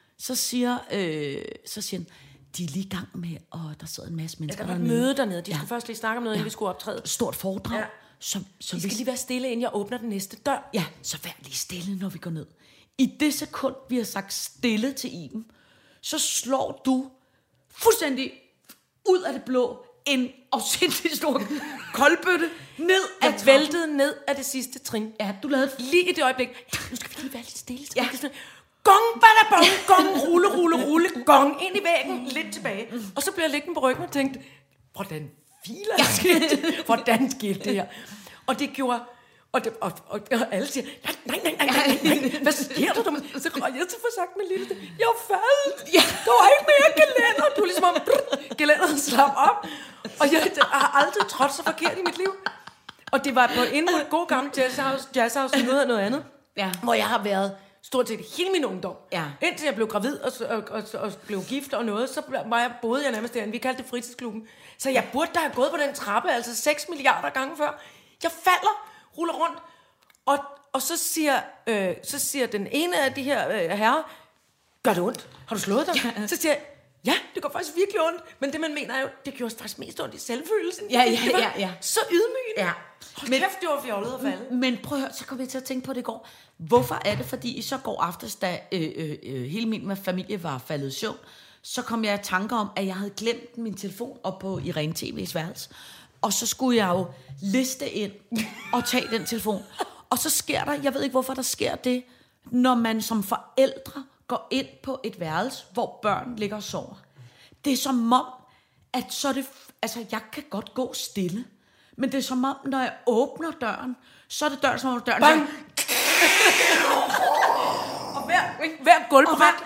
Speaker 3: han, de er lige i gang med, og der sidder en masse mennesker
Speaker 5: dernede. Der var et møde dernede. De skulle først lige snakke om noget, inden vi skulle optræde.
Speaker 3: Stort foredrag.
Speaker 5: Ja.
Speaker 3: Så
Speaker 5: vi skal lige være stille, inden jeg åbner den næste dør.
Speaker 3: Ja, så vær lige stille, når vi går ned. I det sekund, vi har sagt stille til Iben, så slår du fuldstændig ud af det blå en afsindig stor koldbøtte ned af
Speaker 5: Jeg væltede ned af det sidste trin.
Speaker 3: Ja, du lavede
Speaker 5: lige i det øjeblik. Nu skal vi lige være lidt stille. Ja. Gong, bada, bong, gong, rulle, gong, ind i væggen, lidt tilbage. Og så blev jeg liggende på ryggen og tænkte, hvordan filer jeg skete? Hvordan skete det her? Og det gjorde... Og alle siger, nej, hvad sker der? Så røg jeg til for sagt med lille, jeg er faldet. Der var ikke mere gelænder. Du er ligesom om, gelænderet slap op. Og jeg har aldrig trådt så forkert i mit liv. Og det var på en god gammel jazzhouse noget andet. Ja. Hvor jeg har været stort set hele min ungdom. Ja. Indtil jeg blev gravid og blev gift og noget, så boede jeg nærmest derinde. Vi kaldte det fritidsklubben. Så jeg burde da have gået på den trappe, altså 6 milliarder gange før. Jeg falder, ruller rundt, og så siger den ene af de her herrer, gør det ondt? Har du slået dig? Ja. Så siger jeg, ja, det går faktisk virkelig ondt, men det man mener er jo, det gjorde faktisk mest ondt i selvfølelsen.
Speaker 3: Ja.
Speaker 5: Så ydmygende.
Speaker 3: Ja.
Speaker 5: Hold kæft, det var fjollet at falde.
Speaker 3: Men prøv at høre, så kom vi til at tænke på det i går. Hvorfor er det, fordi så går aftes, da hele min familie var faldet i søvn, så kom jeg i tanker om, at jeg havde glemt min telefon op på Irene TV's værelse. Og så skulle jeg jo liste ind og tage den telefon. Og så sker der, jeg ved ikke hvorfor der sker det, når man som forældre går ind på et værelse, hvor børn ligger og sover. Det er som om, at så er det, altså jeg kan godt gå stille, men det er som om, når jeg åbner døren, så er det døren, som om døren...
Speaker 5: Bang! Og hver gulvbræt...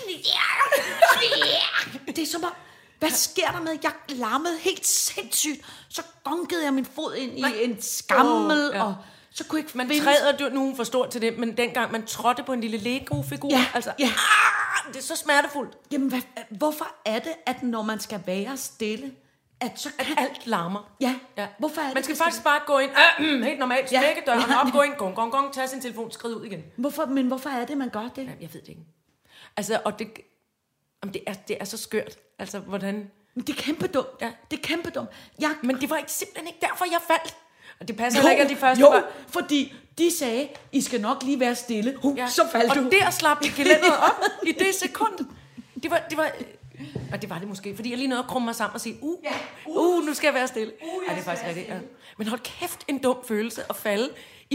Speaker 3: Det er som om, hvad sker der med? Jeg larmede helt sindssygt. Så gongede jeg min fod ind i en skammel, og så kunne jeg ikke
Speaker 5: man træder nu for stort til det, men dengang man trådte på en lille Lego-figur, det er så smertefuldt.
Speaker 3: Jamen, hvorfor er det, at når man skal være stille, at så kan...
Speaker 5: At alt larmer.
Speaker 3: Ja. Hvorfor er det?
Speaker 5: Man skal faktisk bare gå ind, helt normalt, smække døren op, gå ind, gong, tage sin telefon, skride ud igen.
Speaker 3: Hvorfor er det, man gør det?
Speaker 5: Jamen, jeg ved det ikke. Altså, og det er så skørt. Altså, hvordan...
Speaker 3: Men det er kæmpe dumt. Ja. Det er kæmpe dumt.
Speaker 5: Men det var simpelthen ikke derfor, jeg faldt. Og det passer ikke, at de første
Speaker 3: var... fordi de sagde, I skal nok lige være stille. Så faldt du.
Speaker 5: Og der slap jeg gelænderet op i det sekund. Det var... Og det var det måske, fordi jeg lige nåede at krumme mig sammen og sige, nu skal jeg være stille. Det er faktisk rigtigt. Ja. Men hold kæft, en dum følelse at falde i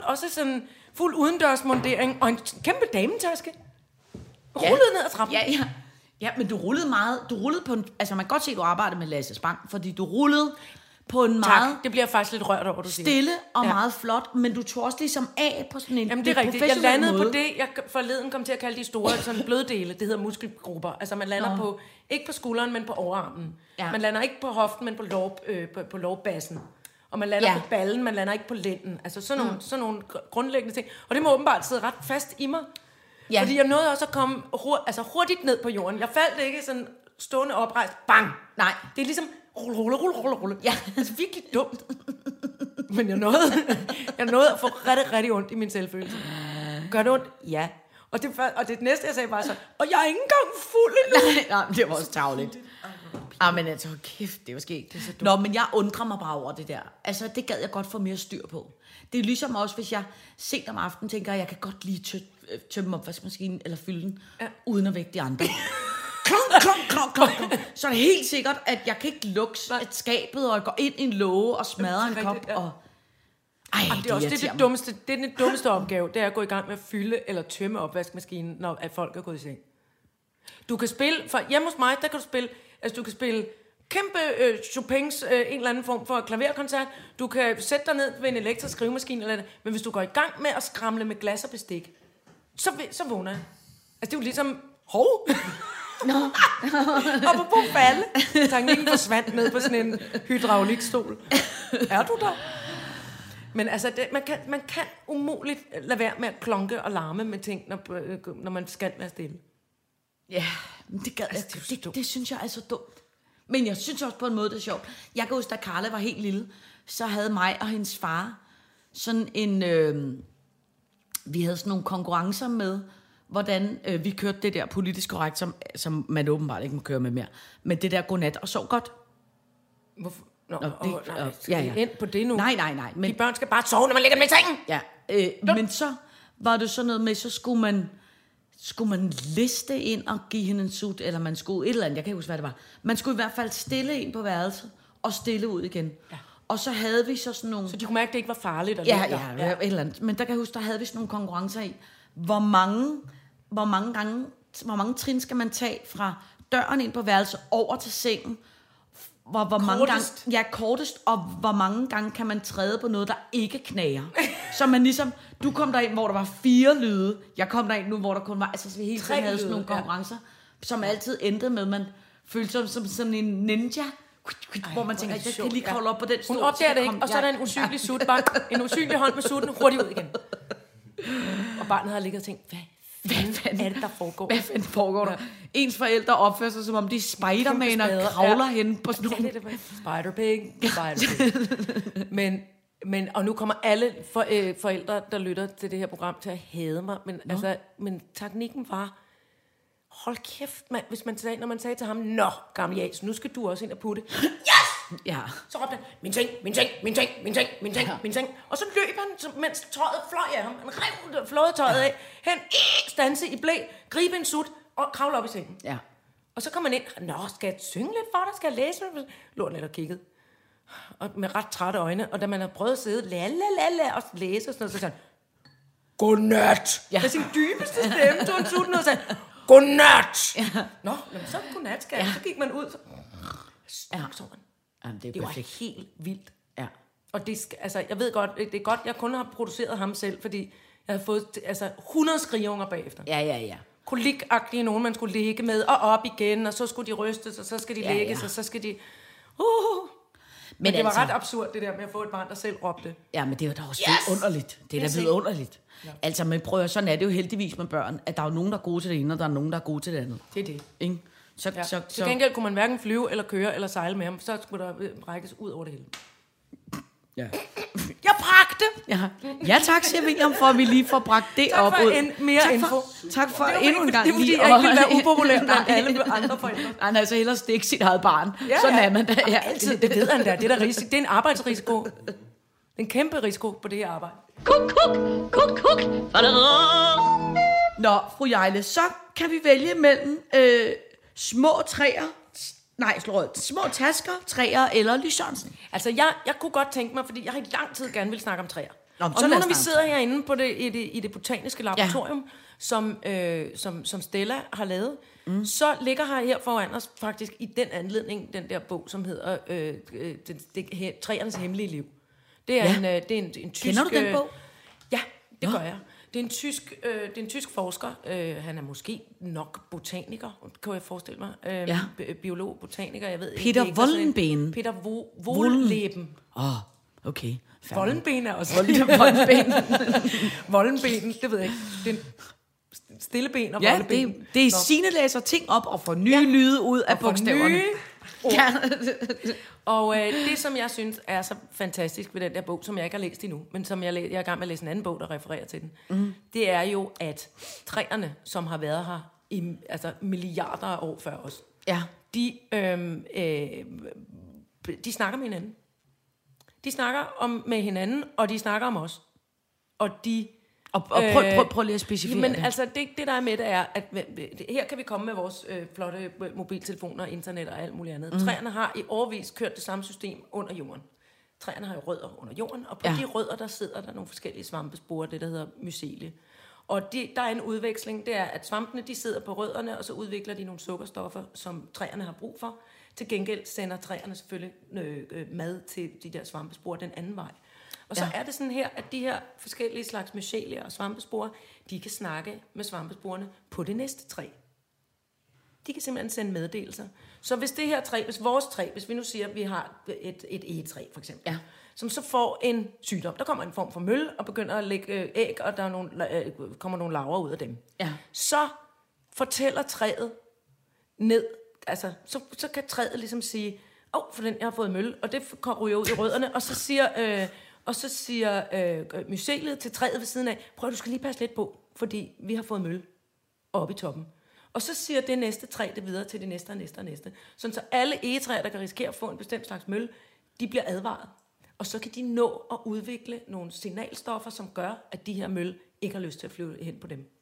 Speaker 5: fuld udendørsmundering og en kæmpe dametaske. Rullede ned ad trappen.
Speaker 3: Ja, men du rullede på en... Altså, man kan godt se, at du arbejdede med Lasse Spang, fordi du rullede på en meget...
Speaker 5: det bliver faktisk lidt rørt over, du siger.
Speaker 3: Stille og meget flot, men du tog også ligesom af på sådan en...
Speaker 5: Jamen, det er rigtigt. Jeg landede på det, jeg forleden kom til at kalde de store sådan bløddele. Det hedder muskelgrupper. Altså, man lander på... Ikke på skulderen, men på overarmen. Ja. Man lander ikke på hoften, men på lårbassen. Og man lander på ballen, man lander ikke på lænden. Altså, sådan nogle grundlæggende ting. Og det må åbenbart sidde ret fast i mig. Ja. Fordi jeg nåede også at komme hurtigt ned på jorden. Jeg faldt ikke sådan stående oprejst. Bang! Nej. Det er ligesom rulle. Ja, altså virkelig dumt. Men jeg nåede at få rigtig ondt i min selvfølelse. Gør det ondt? Ja. Og det næste, jeg sagde bare så, og jeg er ikke engang fuld endnu.
Speaker 3: Nej, det var også tarveligt. Men altså, kæft, det var sket. Nå, men jeg undrer mig bare over det der. Altså, det gad jeg godt få mere styr på. Det er ligesom også, hvis jeg sent om aftenen tænker, at jeg kan godt lige tømme opvaskemaskinen eller fylde den, uden at vække de andre. klonk. Så er det helt sikkert, at jeg kan ikke lukke et skabet, og jeg går ind i en låge og smadrer en kop. Og...
Speaker 5: det er også den dummeste opgave, det er at gå i gang med at fylde eller tømme opvaskemaskinen, når folk er gået i seng. Du kan spille, for hjemme hos mig, der kan du spille, altså du kan spille kæmpe Chopins en eller anden form for klaverkoncert. Du kan sætte dig ned ved en elektrisk skrivemaskine eller det, men hvis du går i gang med at skramle med glas og bestik, så vågner jeg. Altså det er jo ligesom, hov! Og på falde. Tanken forsvandt ned på sådan en hydraulikstol. Er du der? Men altså, man kan umuligt lade være med at klonke og larme med ting, når man skal være stille.
Speaker 3: Ja, det gad altså, det synes jeg er så dumt. Men jeg synes også på en måde, det er sjovt. Jeg kan huske, da Carla var helt lille, så havde mig og hendes far sådan en... vi havde sådan nogle konkurrencer med, hvordan vi kørte det der politisk korrekt, som man åbenbart ikke må køre med mere. Men det der godnat og sov godt.
Speaker 5: Hvorfor?
Speaker 3: Ja.
Speaker 5: Ind på det nu?
Speaker 3: Nej. Men,
Speaker 5: de børn skal bare sove, når man ligger dem i sengen.
Speaker 3: Ja, men så var det sådan noget med, så skulle man liste ind og give hende en sut, eller man skulle et eller andet, jeg kan ikke huske, hvad det var. Man skulle i hvert fald stille ind på værelset, og stille ud igen. Ja. Og så havde vi så sådan nogle...
Speaker 5: Så de kunne mærke, at det ikke var farligt at
Speaker 3: ligge der? Ja, et eller andet. Men der kan jeg huske, der havde vi sådan nogle konkurrencer i, hvor mange trin skal man tage fra døren ind på værelset over til sengen, hvor mange gange, kortest, og hvor mange gange kan man træde på noget, der ikke knager. Så man ligesom, du kom derind, hvor der var 4 lyde, jeg kom derind nu, hvor der kun var, altså vi hele tiden havde sådan nogle konkurrencer, som altid endte med, man følte som sådan en ninja, hvor man tænker, jeg kan lige kravle op på den stol.
Speaker 5: Hun opdager det ikke, og så er der en usynlig sutbank, en usynlig hånd med sutten, hurtigt ud igen. Og barnet har ligget og tænkt, hvad er det, der foregår?
Speaker 3: Hvad fanden foregår der? Ens forældre opfører sig, som om de Spider-Man og kravler hen på sådan nogle...
Speaker 5: Spider-Pig. Men, og nu kommer alle forældre, der lytter til det her program, til at hade mig. Men teknikken var, hold kæft, mand, når man sagde til ham, nå, gamle Jas, nu skal du også ind og putte. Yes!
Speaker 3: Ja.
Speaker 5: Så råbte han, min seng. Og så løb han, mens tøjet fløj af ham. Han rev flådetøjet af, hen, stanse i blæ, gribe en sut og kravle op i sengen.
Speaker 3: Ja.
Speaker 5: Og så kom man ind, nå, skal jeg synge lidt for dig? Skal jeg læse? Lå lidt og kiggede. Og med ret trætte øjne. Og da man har prøvet at sidde, og læse og sådan noget, så sagde han, godnat! Ja. Med sin dybeste stemme, tog han sutten og sagde, godnat! Ja. Nå, så godnat, skal jeg. Så gik man ud, så...
Speaker 3: Jamen,
Speaker 5: det var helt vildt.
Speaker 3: Ja.
Speaker 5: Og jeg ved godt, det er godt, jeg kun har produceret ham selv, fordi jeg havde fået 100 skrigeunger bagefter.
Speaker 3: Ja.
Speaker 5: Kolikagtige nogen, man skulle ligge med, og op igen, og så skulle de rystes, og så skal de lægges, og så skal de... Men det var ret absurd, det der med at få et barn, der selv råbte.
Speaker 3: Ja, men det er da også underligt. Det er da vidunderligt. Ja. Altså, man prøver, sådan er det jo heldigvis med børn, at der er jo nogen, der er gode til det ene, og der er nogen, der er gode til det andet.
Speaker 5: Det er det.
Speaker 3: Ikke?
Speaker 5: Så gengæld kunne man hverken flyve, eller køre, eller sejle med ham. Så skulle der rækkes ud over det hele.
Speaker 3: Ja.
Speaker 5: Jeg bragte!
Speaker 3: Ja, tak, siger William, for at vi lige får bragt det op.
Speaker 5: Tak for mere info.
Speaker 3: Tak for endnu en gang.
Speaker 5: Det er fordi, jeg ikke vil være upopulær blandt alle andre forældre.
Speaker 3: Han altså hellere stikke sit eget barn. Sådan er man da.
Speaker 5: Ja. Altid, det ved han da. Det er en arbejdsrisiko. Det er en kæmpe risiko på det her arbejde.
Speaker 2: Kuk.
Speaker 3: Nå, fru Jejle, så kan vi vælge mellem små tasker, træer eller Lis Sørensen.
Speaker 5: Altså, jeg kunne godt tænke mig, fordi jeg har i lang tid gerne vil snakke om træer. Og nu, når vi sidder herinde på i det botaniske laboratorium, som Stella har lavet, så ligger her foran os faktisk i den anledning, den der bog, som hedder Træernes hemmelige liv. Det er en tysk...
Speaker 3: Kender du den bog?
Speaker 5: Ja, det gør jeg. Det er en tysk forsker. Han er måske nok botaniker, kan jeg forestille mig. Biolog, botaniker, jeg ved
Speaker 3: Peter
Speaker 5: ikke.
Speaker 3: Wollenben.
Speaker 5: Peter Wohlleben.
Speaker 3: Okay.
Speaker 5: Wollenben er også... Wollenben, det ved jeg ikke. Det er en stilleben og Wolleben.
Speaker 3: Det er Signe læser ting op og får nye lyde ud af bogstaverne.
Speaker 5: Og det, som jeg synes er så fantastisk ved den der bog, som jeg ikke har læst endnu, men som jeg er i gang med at læse en anden bog, der refererer til den, det er jo, at træerne, som har været her i milliarder af år før os, de snakker med hinanden. De snakker med hinanden, og de snakker om os. Og de...
Speaker 3: Og prøv lige at specificere
Speaker 5: men det. Altså, det der er med det er, at her kan vi komme med vores flotte mobiltelefoner, internet og alt muligt andet. Træerne har i årevis kørt det samme system under jorden. Træerne har jo rødder under jorden, og på de rødder, der sidder der nogle forskellige svampesporer, det der hedder mycelie. Og der er en udveksling, det er, at svampene de sidder på rødderne, og så udvikler de nogle sukkerstoffer, som træerne har brug for. Til gengæld sender træerne selvfølgelig mad til de der svampespor den anden vej. Og så er det sådan her, at de her forskellige slags mycelier og svampespor, de kan snakke med svampesporene på det næste træ. De kan simpelthen sende meddelelser. Så hvis det her træ, hvis vores træ, hvis vi nu siger, at vi har et egetræ for eksempel, som så får en sygdom, der kommer en form for møl og begynder at lægge æg, og der kommer nogle larver ud af dem. Ja. Så fortæller træet ned, altså så kan træet ligesom sige, for den jeg har fået møl, og det ryger ud i rødderne, og så siger myceliet til træet ved siden af, prøv, du skal lige passe lidt på, fordi vi har fået møl oppe i toppen. Og så siger det næste træ det videre til det næste og næste og næste. Sådan så alle egetræer, der kan risikere at få en bestemt slags møl, de bliver advaret. Og så kan de nå at udvikle nogle signalstoffer, som gør, at de her møl ikke har lyst til at flyve hen på dem.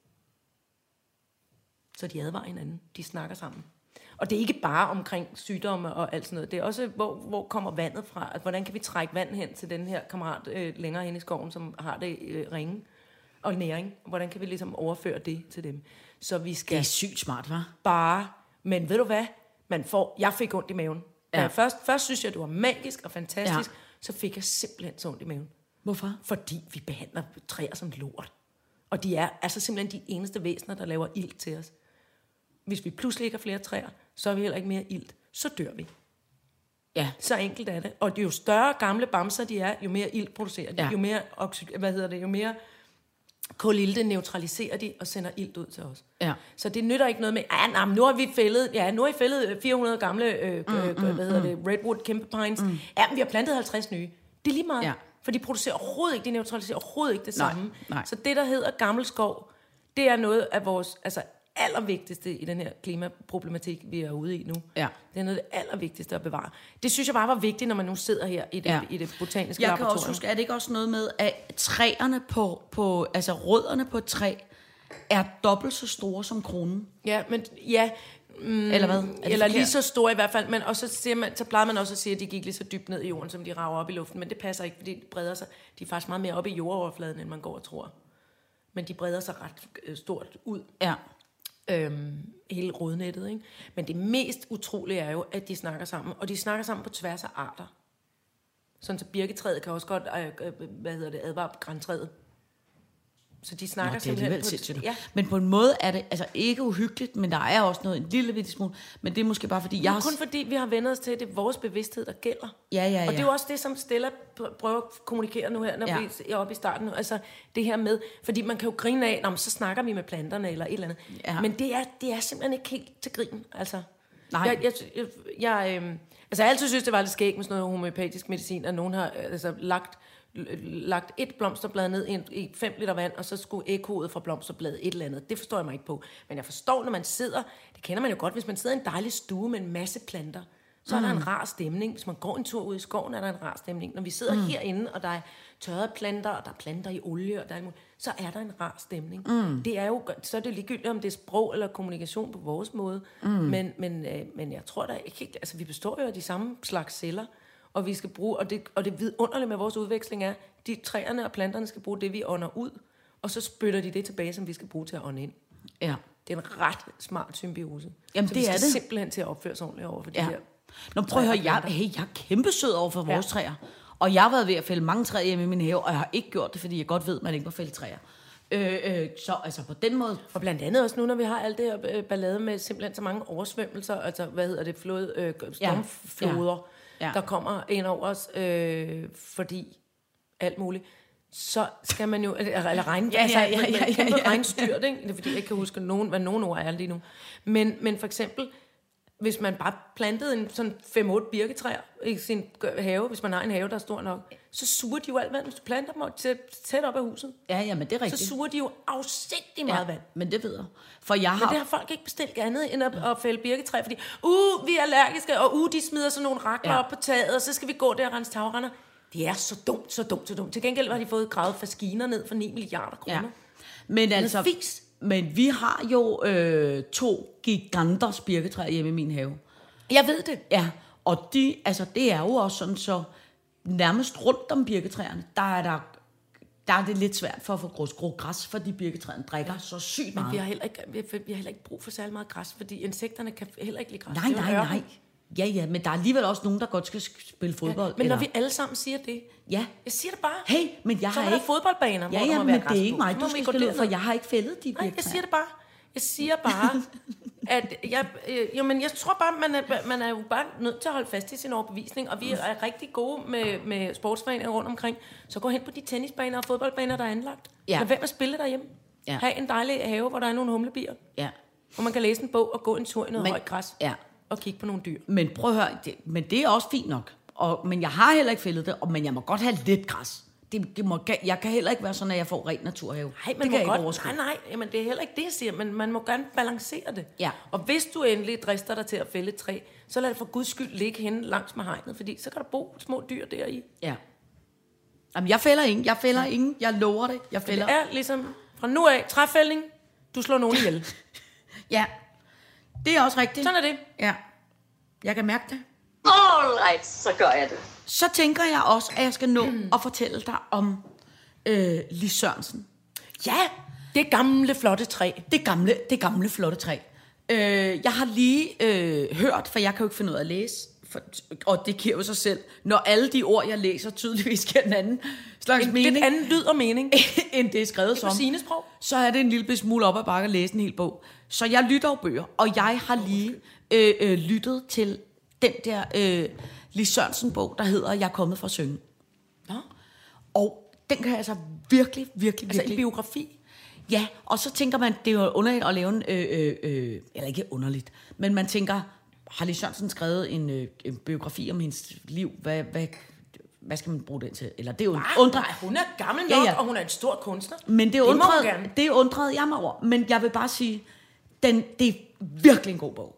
Speaker 5: Så de advarer hinanden. De snakker sammen. Og det er ikke bare omkring sygdomme og alt sådan noget. Det er også, hvor kommer vandet fra? Altså, hvordan kan vi trække vand hen til den her kammerat længere hen i skoven, som har det ringe og næring? Hvordan kan vi ligesom overføre det til dem? Så vi skal...
Speaker 3: Det er sygt smart, hva'?
Speaker 5: Bare... Men ved du hvad? Jeg fik ondt i maven. Ja. Først synes jeg, det var magisk og fantastisk. Ja. Så fik jeg simpelthen så ondt i maven.
Speaker 3: Hvorfor?
Speaker 5: Fordi vi behandler træer som lort. Og de er altså simpelthen de eneste væsener, der laver ilt til os. Hvis vi pludselig ikke har flere træer, så er vi heller ikke mere ilt. Så dør vi. Ja. Så enkelt er det. Og jo større gamle bamser de er, jo mere ilt producerer de. Jo mere jo mere kulilte neutraliserer de og sender ilt ud til os. Ja. Så det nytter ikke noget med, nu har vi fældet 400 gamle redwood kæmpe pines. Ja, men vi har plantet 50 nye. Det er lige meget. Ja. For de producerer overhovedet ikke, de neutraliserer overhovedet ikke det samme. Nej. Så det, der hedder gammel skov, det er noget af vores allervigtigste i den her klimaproblematik, vi er ude i nu. Ja. Det er noget af det allervigtigste at bevare. Det synes jeg bare var vigtigt, når man nu sidder her i det botaniske laboratorium. Jeg kan også huske, er det ikke også noget med, at træerne altså rødderne på et træ, er dobbelt så store som kronen? Ja, men eller hvad? Eller lige så store i hvert fald, men også så plejede man også at sige, at de gik lige så dybt ned i jorden, som de rager op i luften, men det passer ikke, fordi de breder sig. De er faktisk meget mere op i jordoverfladen, end man går og tror. Men de breder sig ret stort ud. Ja. Hele rodnettet, ikke? Men det mest utrolige er jo, at de snakker sammen, og de snakker sammen på tværs af arter. Sådan så birketræet kan også godt advare grantræet. Så de snakker simpelthen på... Men på en måde er det altså ikke uhyggeligt, men der er også noget en lille bitte smule, men det er måske bare fordi kun fordi vi har vendt os til, at det er vores bevidsthed, der gælder. Ja. Og det er jo også det, som Stella prøver at kommunikere nu her, når vi er oppe i starten nu. Altså det her med, fordi man kan jo grine af, så snakker vi med planterne eller et eller andet. Ja. Men det er simpelthen ikke helt til grin, altså. Nej. Jeg altid synes, det var lidt skægt med sådan noget homøopatisk medicin, at nogen har lagt et blomsterblad ned i 5 liter vand, og så skulle ekkoet fra blomsterbladet et eller andet. Det forstår jeg mig ikke på. Men jeg forstår, når man sidder, det kender man jo godt, hvis man sidder i en dejlig stue med en masse planter, så er der en rar stemning. Hvis man går en tur ud i skoven, er der en rar stemning. Når vi sidder herinde, og der er tørrede planter, og der er planter i olie, og så er der en rar stemning. Det er jo, så er det ligegyldigt, om det er sprog eller kommunikation på vores måde. Men jeg tror da ikke helt, altså vi består jo af de samme slags celler, og vi skal bruge, og det vidunderlige med vores udveksling er, de træerne og planterne skal bruge det, vi ånder ud, og så spytter de det tilbage, som vi skal bruge til at ånde ind. Ja. Det er en ret smart symbiose. Jamen, så det vi skal simpelthen til at opføre sig ordentligt over for de her. Nå, prøv at høre, jeg er kæmpe sød over for vores træer, og jeg har været ved at fælde mange træer hjemme i min have, og jeg har ikke gjort det, fordi jeg godt ved, at man ikke må fælde træer. Så altså på den måde. Og blandt andet også nu, når vi har alt det her ballade med simpelthen så mange oversvømmelser, altså stormfloder, der kommer ind over os, fordi alt muligt, så skal man jo, eller regnstyrt, ikke? Det er fordi, jeg ikke kan huske, hvad nogen ord er lige nu. Men for eksempel, hvis man bare plantede en sådan 5-8 birketræer i sin have, hvis man har en have, der er stor nok, så suger de jo alt vand. Hvis du planter dem tæt op af huset, men det er rigtigt. Så suger de jo afsindigt meget vand. Men det ved jeg. Men det har folk ikke bestilt andet end at fælde birketræ, fordi vi er allergiske, og de smider sådan nogle rakler op på taget, og så skal vi gå der og rense tagrender. Det er så dumt. Til gengæld har de fået gravet faskiner ned for 9 milliarder kroner. Ja. Men altså... Men vi har jo 2 giganters birketræer hjemme i min have. Jeg ved det. Ja, og det er jo også sådan, så nærmest rundt om birketræerne, der
Speaker 3: der er det lidt svært for at få gro græs, fordi birketræerne drikker så sygt meget.
Speaker 5: Men vi har heller ikke brug for særlig meget græs, fordi insekterne kan heller ikke lide græs.
Speaker 3: Nej. Ja, men der er alligevel også nogen, der godt skal spille fodbold.
Speaker 5: Men når vi alle sammen siger det,
Speaker 3: ja.
Speaker 5: Jeg siger det bare.
Speaker 3: Hey, men jeg
Speaker 5: så
Speaker 3: har
Speaker 5: er der
Speaker 3: ikke
Speaker 5: fodboldbaner, hvor der må
Speaker 3: men
Speaker 5: være
Speaker 3: det er ikke mig,
Speaker 5: du
Speaker 3: skal spille ud, for jeg har ikke fældet de birketræer.
Speaker 5: Nej, jeg siger bare, at jeg tror bare, man er jo bare nødt til at holde fast i sin overbevisning, og vi er rigtig gode med sportsforeninger rundt omkring, så gå hen på de tennisbaner og fodboldbaner, der er anlagt. Ja. Lad være med at spille derhjemme. Ja. Ha' en dejlig have, hvor der er nogle humlebier. Ja. Hvor man kan læse en bog og gå en tur i noget højt græs. Ja. Og kigge på nogle dyr. Men
Speaker 3: prøv at høre, men det er også fint nok. Men jeg har heller ikke fældet det, men jeg må godt have lidt græs. Jeg kan heller ikke være sådan, at jeg får ren naturhave.
Speaker 5: Nej, man det må godt. Nej, jamen, det er heller ikke det, jeg siger, men man må gerne balancere det. Ja. Og hvis du endelig drister dig til at fælde et træ, så lad det for guds skyld ligge henne langs med hegnet, fordi så kan der bo små dyr deri. Ja.
Speaker 3: Jamen, jeg fælder ingen. Jeg lover det. Jeg fælder.
Speaker 5: Det er ligesom fra nu af træfældning. Du slår nogen ihjel.
Speaker 3: Ja. Det er også rigtigt.
Speaker 5: Sådan er det.
Speaker 3: Ja. Jeg kan mærke det.
Speaker 2: Alright, så gør jeg det.
Speaker 3: Så tænker jeg også, at jeg skal nå at fortælle dig om Lis Sørensen.
Speaker 5: Ja, det gamle flotte træ.
Speaker 3: Det gamle flotte træ. Jeg har lige hørt, for jeg kan jo ikke finde ud af at læse, og det giver jo sig selv, når alle de ord, jeg læser, tydeligvis giver en anden slags mening.
Speaker 5: En anden lyd og mening.
Speaker 3: End det er skrevet som.
Speaker 5: Sinesprog.
Speaker 3: Så er det en lille smule op ad bakke at læse en hel bog. Så jeg lytter jo bøger, og jeg har lige lyttet til den der Lis Sørensen-bog, der hedder Jeg er kommet fra at synge. Ja. Og den kan altså virkelig
Speaker 5: en biografi?
Speaker 3: Ja, og så tænker man, det er jo underligt at lave en, eller ikke underligt, men man tænker, har Lis Sørensen skrevet en biografi om hendes liv? Hvad skal man bruge den til? Eller det er jo
Speaker 5: nej, hun er gammel nok, og hun er en stor kunstner.
Speaker 3: Men det undrede jeg mig over. Men jeg vil bare sige, det er virkelig en god bog.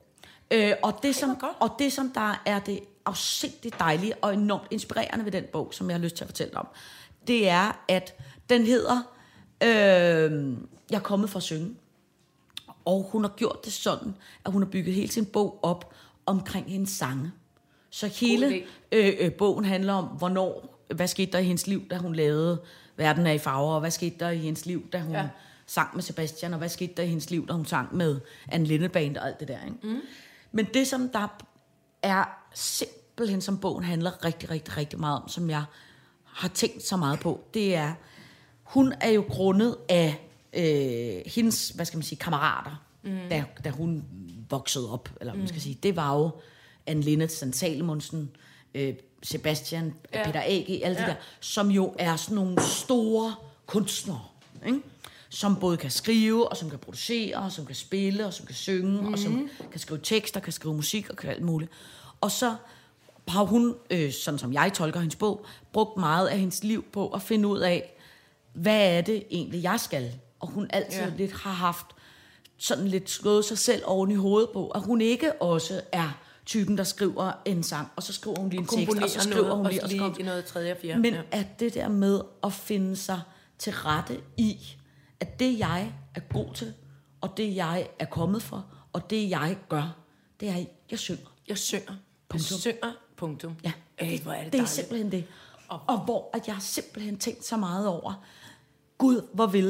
Speaker 3: Og det, som der er det afsindigt dejlige og enormt inspirerende ved den bog, som jeg har lyst til at fortælle om, det er, at den hedder Jeg er kommet for at synge. Og hun har gjort det sådan, at hun har bygget hele sin bog op omkring hendes sange. Så hele bogen handler om, hvad skete der i hendes liv, da hun lavede Verden er i farver, og hvad skete der i hendes liv, da hun sang med Sebastian, og hvad skete der i hendes liv, da hun sang med Anne Linnet og alt det der. Ikke? Mm. Men det, som der er simpelthen, som bogen handler rigtig meget om, som jeg har tænkt så meget på, det er, hun er jo grundet af hendes, hvad skal man sige, kammerater, da hun voksede op, eller man skal sige, det var jo Anne Linnet, Sanne Salomonsen, Sebastian, Peter A.G., alle de der, som jo er sådan nogle store kunstnere, ikke? Som både kan skrive, og som kan producere, og som kan spille, og som kan synge, og som kan skrive tekster, kan skrive musik, og kan alt muligt. Og så har hun, sådan som jeg tolker hendes bog, brugt meget af hendes liv på at finde ud af, hvad er det egentlig, jeg skal? Og hun altid lidt har haft sådan lidt slået sig selv oven i hovedet på, at hun ikke også er typen, der skriver en sang, og så skriver hun lige en tekst, og så skriver hun lige, og så
Speaker 5: kommer noget tredje og fjerde.
Speaker 3: Men at det der med at finde sig til rette i, at det jeg er god til, og det jeg er kommet for, og det jeg gør, det er, jeg synger.
Speaker 5: Jeg synger. Punktum.
Speaker 3: Ja, det er simpelthen det. Og hvor at jeg har simpelthen tænkt så meget over, Gud,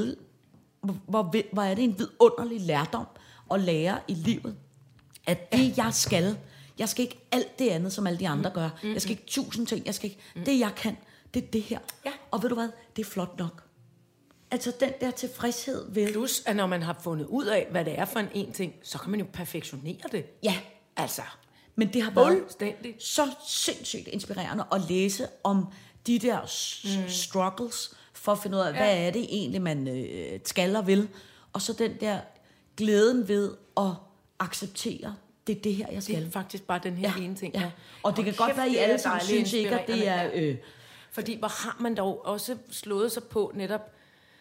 Speaker 3: hvor er det en vidunderlig lærdom at lære i livet, at det jeg skal ikke alt det andet, som alle de andre gør. Jeg skal ikke 1000 ting, jeg skal ikke, det jeg kan, det er det her. Ja. Og ved du hvad, det er flot nok. Altså den der tilfredshed ved...
Speaker 5: Plus, at når man har fundet ud af, hvad det er for en ting, så kan man jo perfektionere det.
Speaker 3: Ja.
Speaker 5: Altså.
Speaker 3: Men det har været så sindssygt inspirerende at læse om de der struggles, for at finde ud af, hvad er det egentlig, man skal og vil. Og så den der glæden ved at acceptere, det er det her, jeg skal.
Speaker 5: Det er faktisk bare den her ene ting.
Speaker 3: Ja. Og det kan godt være, at I alle sammen synes ikke, at det er...
Speaker 5: Fordi hvor har man dog også slået sig på netop...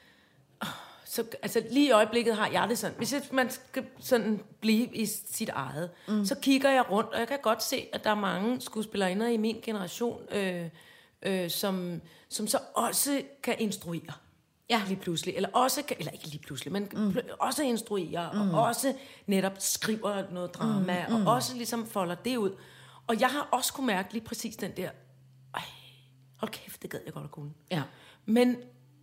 Speaker 5: Så, altså lige i øjeblikket har jeg det sådan. Hvis man skal sådan blive i sit eget, så kigger jeg rundt, og jeg kan godt se, at der er mange skuespillerinder i min generation, som så også kan instruere. Ja, lige pludselig. Eller også kan, eller ikke lige pludselig, men også instruere, og også netop skriver noget drama, og også ligesom folder det ud. Og jeg har også kunne mærke lige præcis den der, hold kæft, det gad jeg godt at kunne. Ja. Men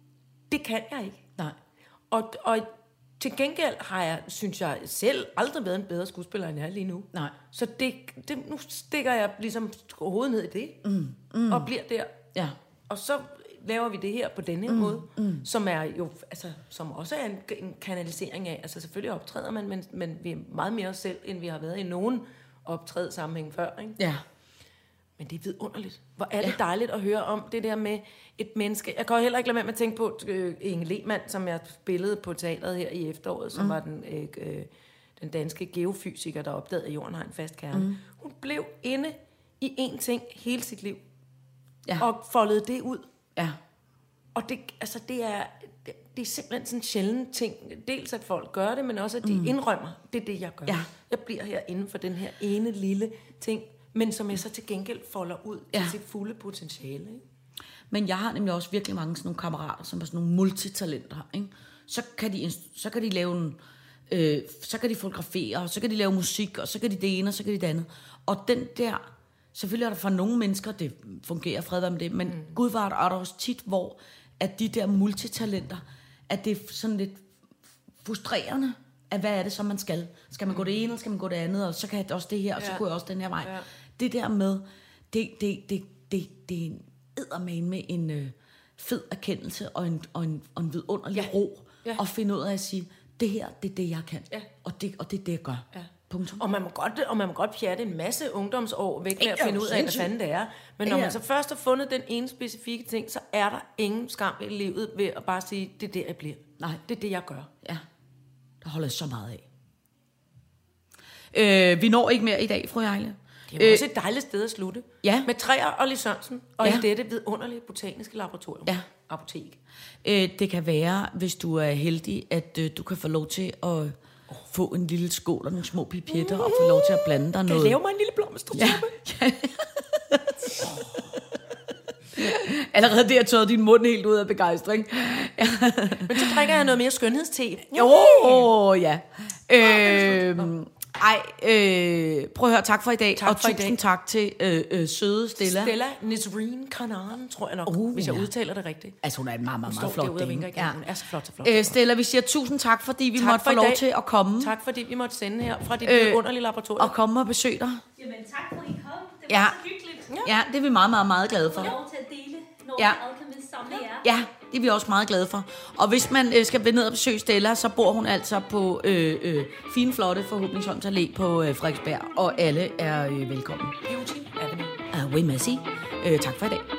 Speaker 5: Det kan jeg ikke.
Speaker 3: Nej.
Speaker 5: Og til gengæld har jeg, synes jeg selv, aldrig været en bedre skuespiller, end jeg er lige nu.
Speaker 3: Nej.
Speaker 5: Så nu stikker jeg ligesom hovedet ned i det, og bliver der.
Speaker 3: Ja.
Speaker 5: Og så laver vi det her på denne måde, som er jo, altså, som også er en kanalisering af, altså selvfølgelig optræder man, men vi er meget mere os selv, end vi har været i nogen optræde sammenhæng før, ikke?
Speaker 3: Ja.
Speaker 5: Men det er vidunderligt. Hvor er det dejligt at høre om det der med et menneske. Jeg kan jo heller ikke lade være med at tænke på Inge Lehmann, som jeg spillede på teateret her i efteråret, som var den danske geofysiker, der opdagede, at jorden har en fast kerne. Hun blev inde i én ting hele sit liv.
Speaker 3: Ja.
Speaker 5: Og foldede det ud.
Speaker 3: Ja.
Speaker 5: Og det er simpelthen sådan en sjælden ting. Dels at folk gør det, men også at de indrømmer, det er det, jeg gør.
Speaker 3: Ja.
Speaker 5: Jeg bliver her inden for den her ene lille ting, men som jeg så til gengæld folder ud til sit fulde potentiale. Ikke?
Speaker 3: Men jeg har nemlig også virkelig mange sådan nogle kammerater, som er sådan nogle multitalenter. Ikke? Så kan de lave så kan de fotografere, og så kan de lave musik, og så kan de det ene, og så kan de det andet. Og den der, selvfølgelig er der for nogle mennesker, det fungerer fred være med det, men Gud var der også tit, hvor at de der multitalenter, at det er sådan lidt frustrerende, at hvad er det så, man skal? Skal man gå det ene, eller skal man gå det andet, og så kan jeg også det her, og så kunne jeg også den her vej. Ja. Det der med, det er en eddermame med en fed erkendelse, og en vidunderlig ro, at finde ud af at sige, det her, det er det, jeg kan, og det er det, jeg gør. Ja. Punktum.
Speaker 5: Og man må godt pjatte en masse ungdomsår væk med at finde ud af, hvad fanden det er. Men når man så først har fundet den ene specifikke ting, så er der ingen skam i livet ved at bare sige, det er det, jeg bliver. Nej, det er det, jeg gør.
Speaker 3: Ja, der holder jeg så meget af. Vi når ikke mere i dag, fru Jejle.
Speaker 5: Det er jo også et dejligt sted at slutte.
Speaker 3: Ja.
Speaker 5: Med træer og Lis Sørensen, og i dette vidunderlige botaniske laboratorium.
Speaker 3: Ja.
Speaker 5: Apotek.
Speaker 3: Det kan være, hvis du er heldig, at du kan få lov til at få en lille skål og nogle små pipetter, og få lov til at blande dig noget.
Speaker 5: Kan jeg lave mig en lille blomstersuppe?
Speaker 3: Ja. Allerede der tørrede din mund helt ud af begejstring.
Speaker 5: Men så drikker jeg noget mere skønhedste.
Speaker 3: Ja. Prøv at høre, tak for i dag.
Speaker 5: Tak
Speaker 3: og
Speaker 5: for
Speaker 3: tusind tak til søde Stella.
Speaker 5: Stella Nisreen Kanan, tror jeg nok, hvis jeg udtaler det rigtigt.
Speaker 3: Altså, hun er en meget, meget, meget flot
Speaker 5: dame. Ja. Hun er så flot, så flot.
Speaker 3: Stella, vi siger tusind tak, fordi vi måtte få lov til at komme.
Speaker 5: Tak, fordi vi måtte sende her fra dit underlige laboratorium.
Speaker 3: Og komme og besøge dig.
Speaker 4: Jamen, tak for, at I kom. Det var så hyggeligt.
Speaker 3: Ja, det er vi meget, meget, meget glade for.
Speaker 4: Jeg lov til at dele noget alkemist sammen med jer.
Speaker 3: Ja, det er vi også meget glade for. Og hvis man skal ned og besøge Stella, så bor hun altså på fine, flotte Forhåbningsholms Allé på Frederiksberg. Og alle er velkommen.
Speaker 5: Beauty Avenue.
Speaker 3: Oui, merci. Tak for i dag.